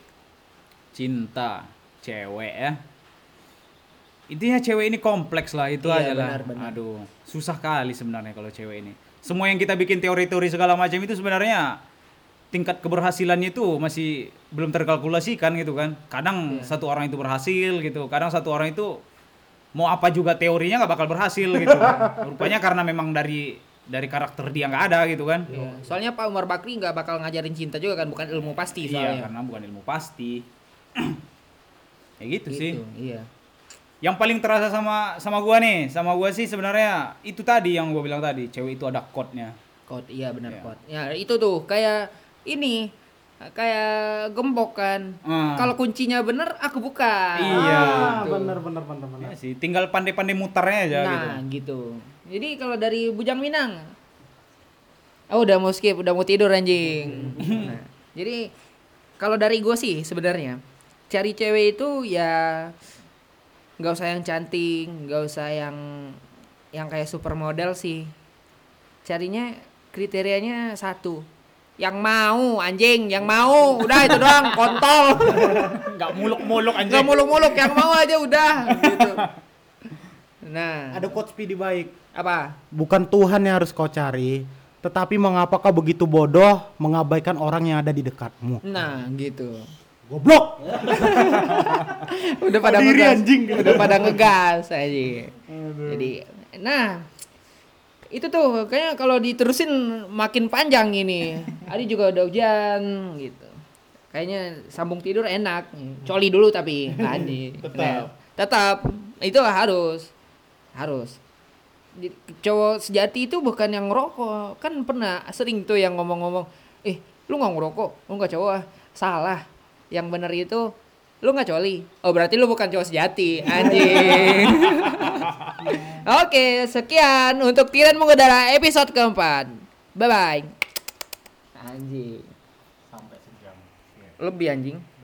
Cinta cewek ya. Intinya cewek ini kompleks lah, itu Iya, aja lah. benar, benar. Aduh, susah kali sebenarnya kalau cewek ini. Semua yang kita bikin teori-teori segala macam itu sebenarnya tingkat keberhasilannya itu masih belum terkalkulasikan gitu kan. Kadang Iya. satu orang itu berhasil gitu, kadang satu orang itu mau apa juga teorinya nggak bakal berhasil gitu. Rupanya karena memang dari dari karakter dia nggak ada gitu kan. Iya. Soalnya Pak Umar Bakri nggak bakal ngajarin cinta juga kan, bukan ilmu pasti Iya, soalnya. karena bukan ilmu pasti. Ya gitu, sih. Iya. Yang paling terasa sama sama gua nih, sama gua sih sebenarnya itu tadi yang gua bilang tadi, cewek itu ada code-nya. Code, iya benar Iya. code. Ya itu tuh kayak ini kayak gembok kan. Hmm. Kalau kuncinya bener aku buka. Iya. Ah, Gitu. bener bener bener bener. Ya sih, tinggal pandai-pandai muternya aja gitu. Nah, gitu. Jadi kalau dari Bujang Minang, oh udah mau skip, udah mau tidur anjing. Nah, jadi kalau dari gue sih sebenarnya cari cewek itu ya nggak usah yang cantik, nggak usah yang yang kayak supermodel sih. Carinya kriterianya satu, yang mau anjing, yang mau, udah itu doang, kontol. Enggak muluk-muluk anjing. Nggak muluk-muluk, yang mau aja udah gitu. Nah, Ada quotes Speedy baik. apa? Bukan Tuhan yang harus kau cari, tetapi mengapa kau begitu bodoh mengabaikan orang yang ada di dekatmu. Nah, gitu. Goblok. Udah pada Diri, ngegas. anjing. Udah pada ngegas aja. Jadi, nah, itu tuh kayaknya kalau diterusin makin panjang ini. Adi juga udah hujan gitu. Kayaknya sambung tidur enak. Coli dulu tapi Adi. Tetap. Tetap itu harus harus. Di- Cowok sejati itu bukan yang ngerokok. Kan pernah sering tuh yang ngomong-ngomong, "Eh, lu nggak ngerokok, lu nggak cowok ah." Salah. Yang bener itu Lu nggak coli? Oh berarti lu bukan cowok sejati, anjing. Oke, sekian untuk Tiran Mengudara episode keempat. Bye bye. Anjing. Sampai sejam. Lebih anjing.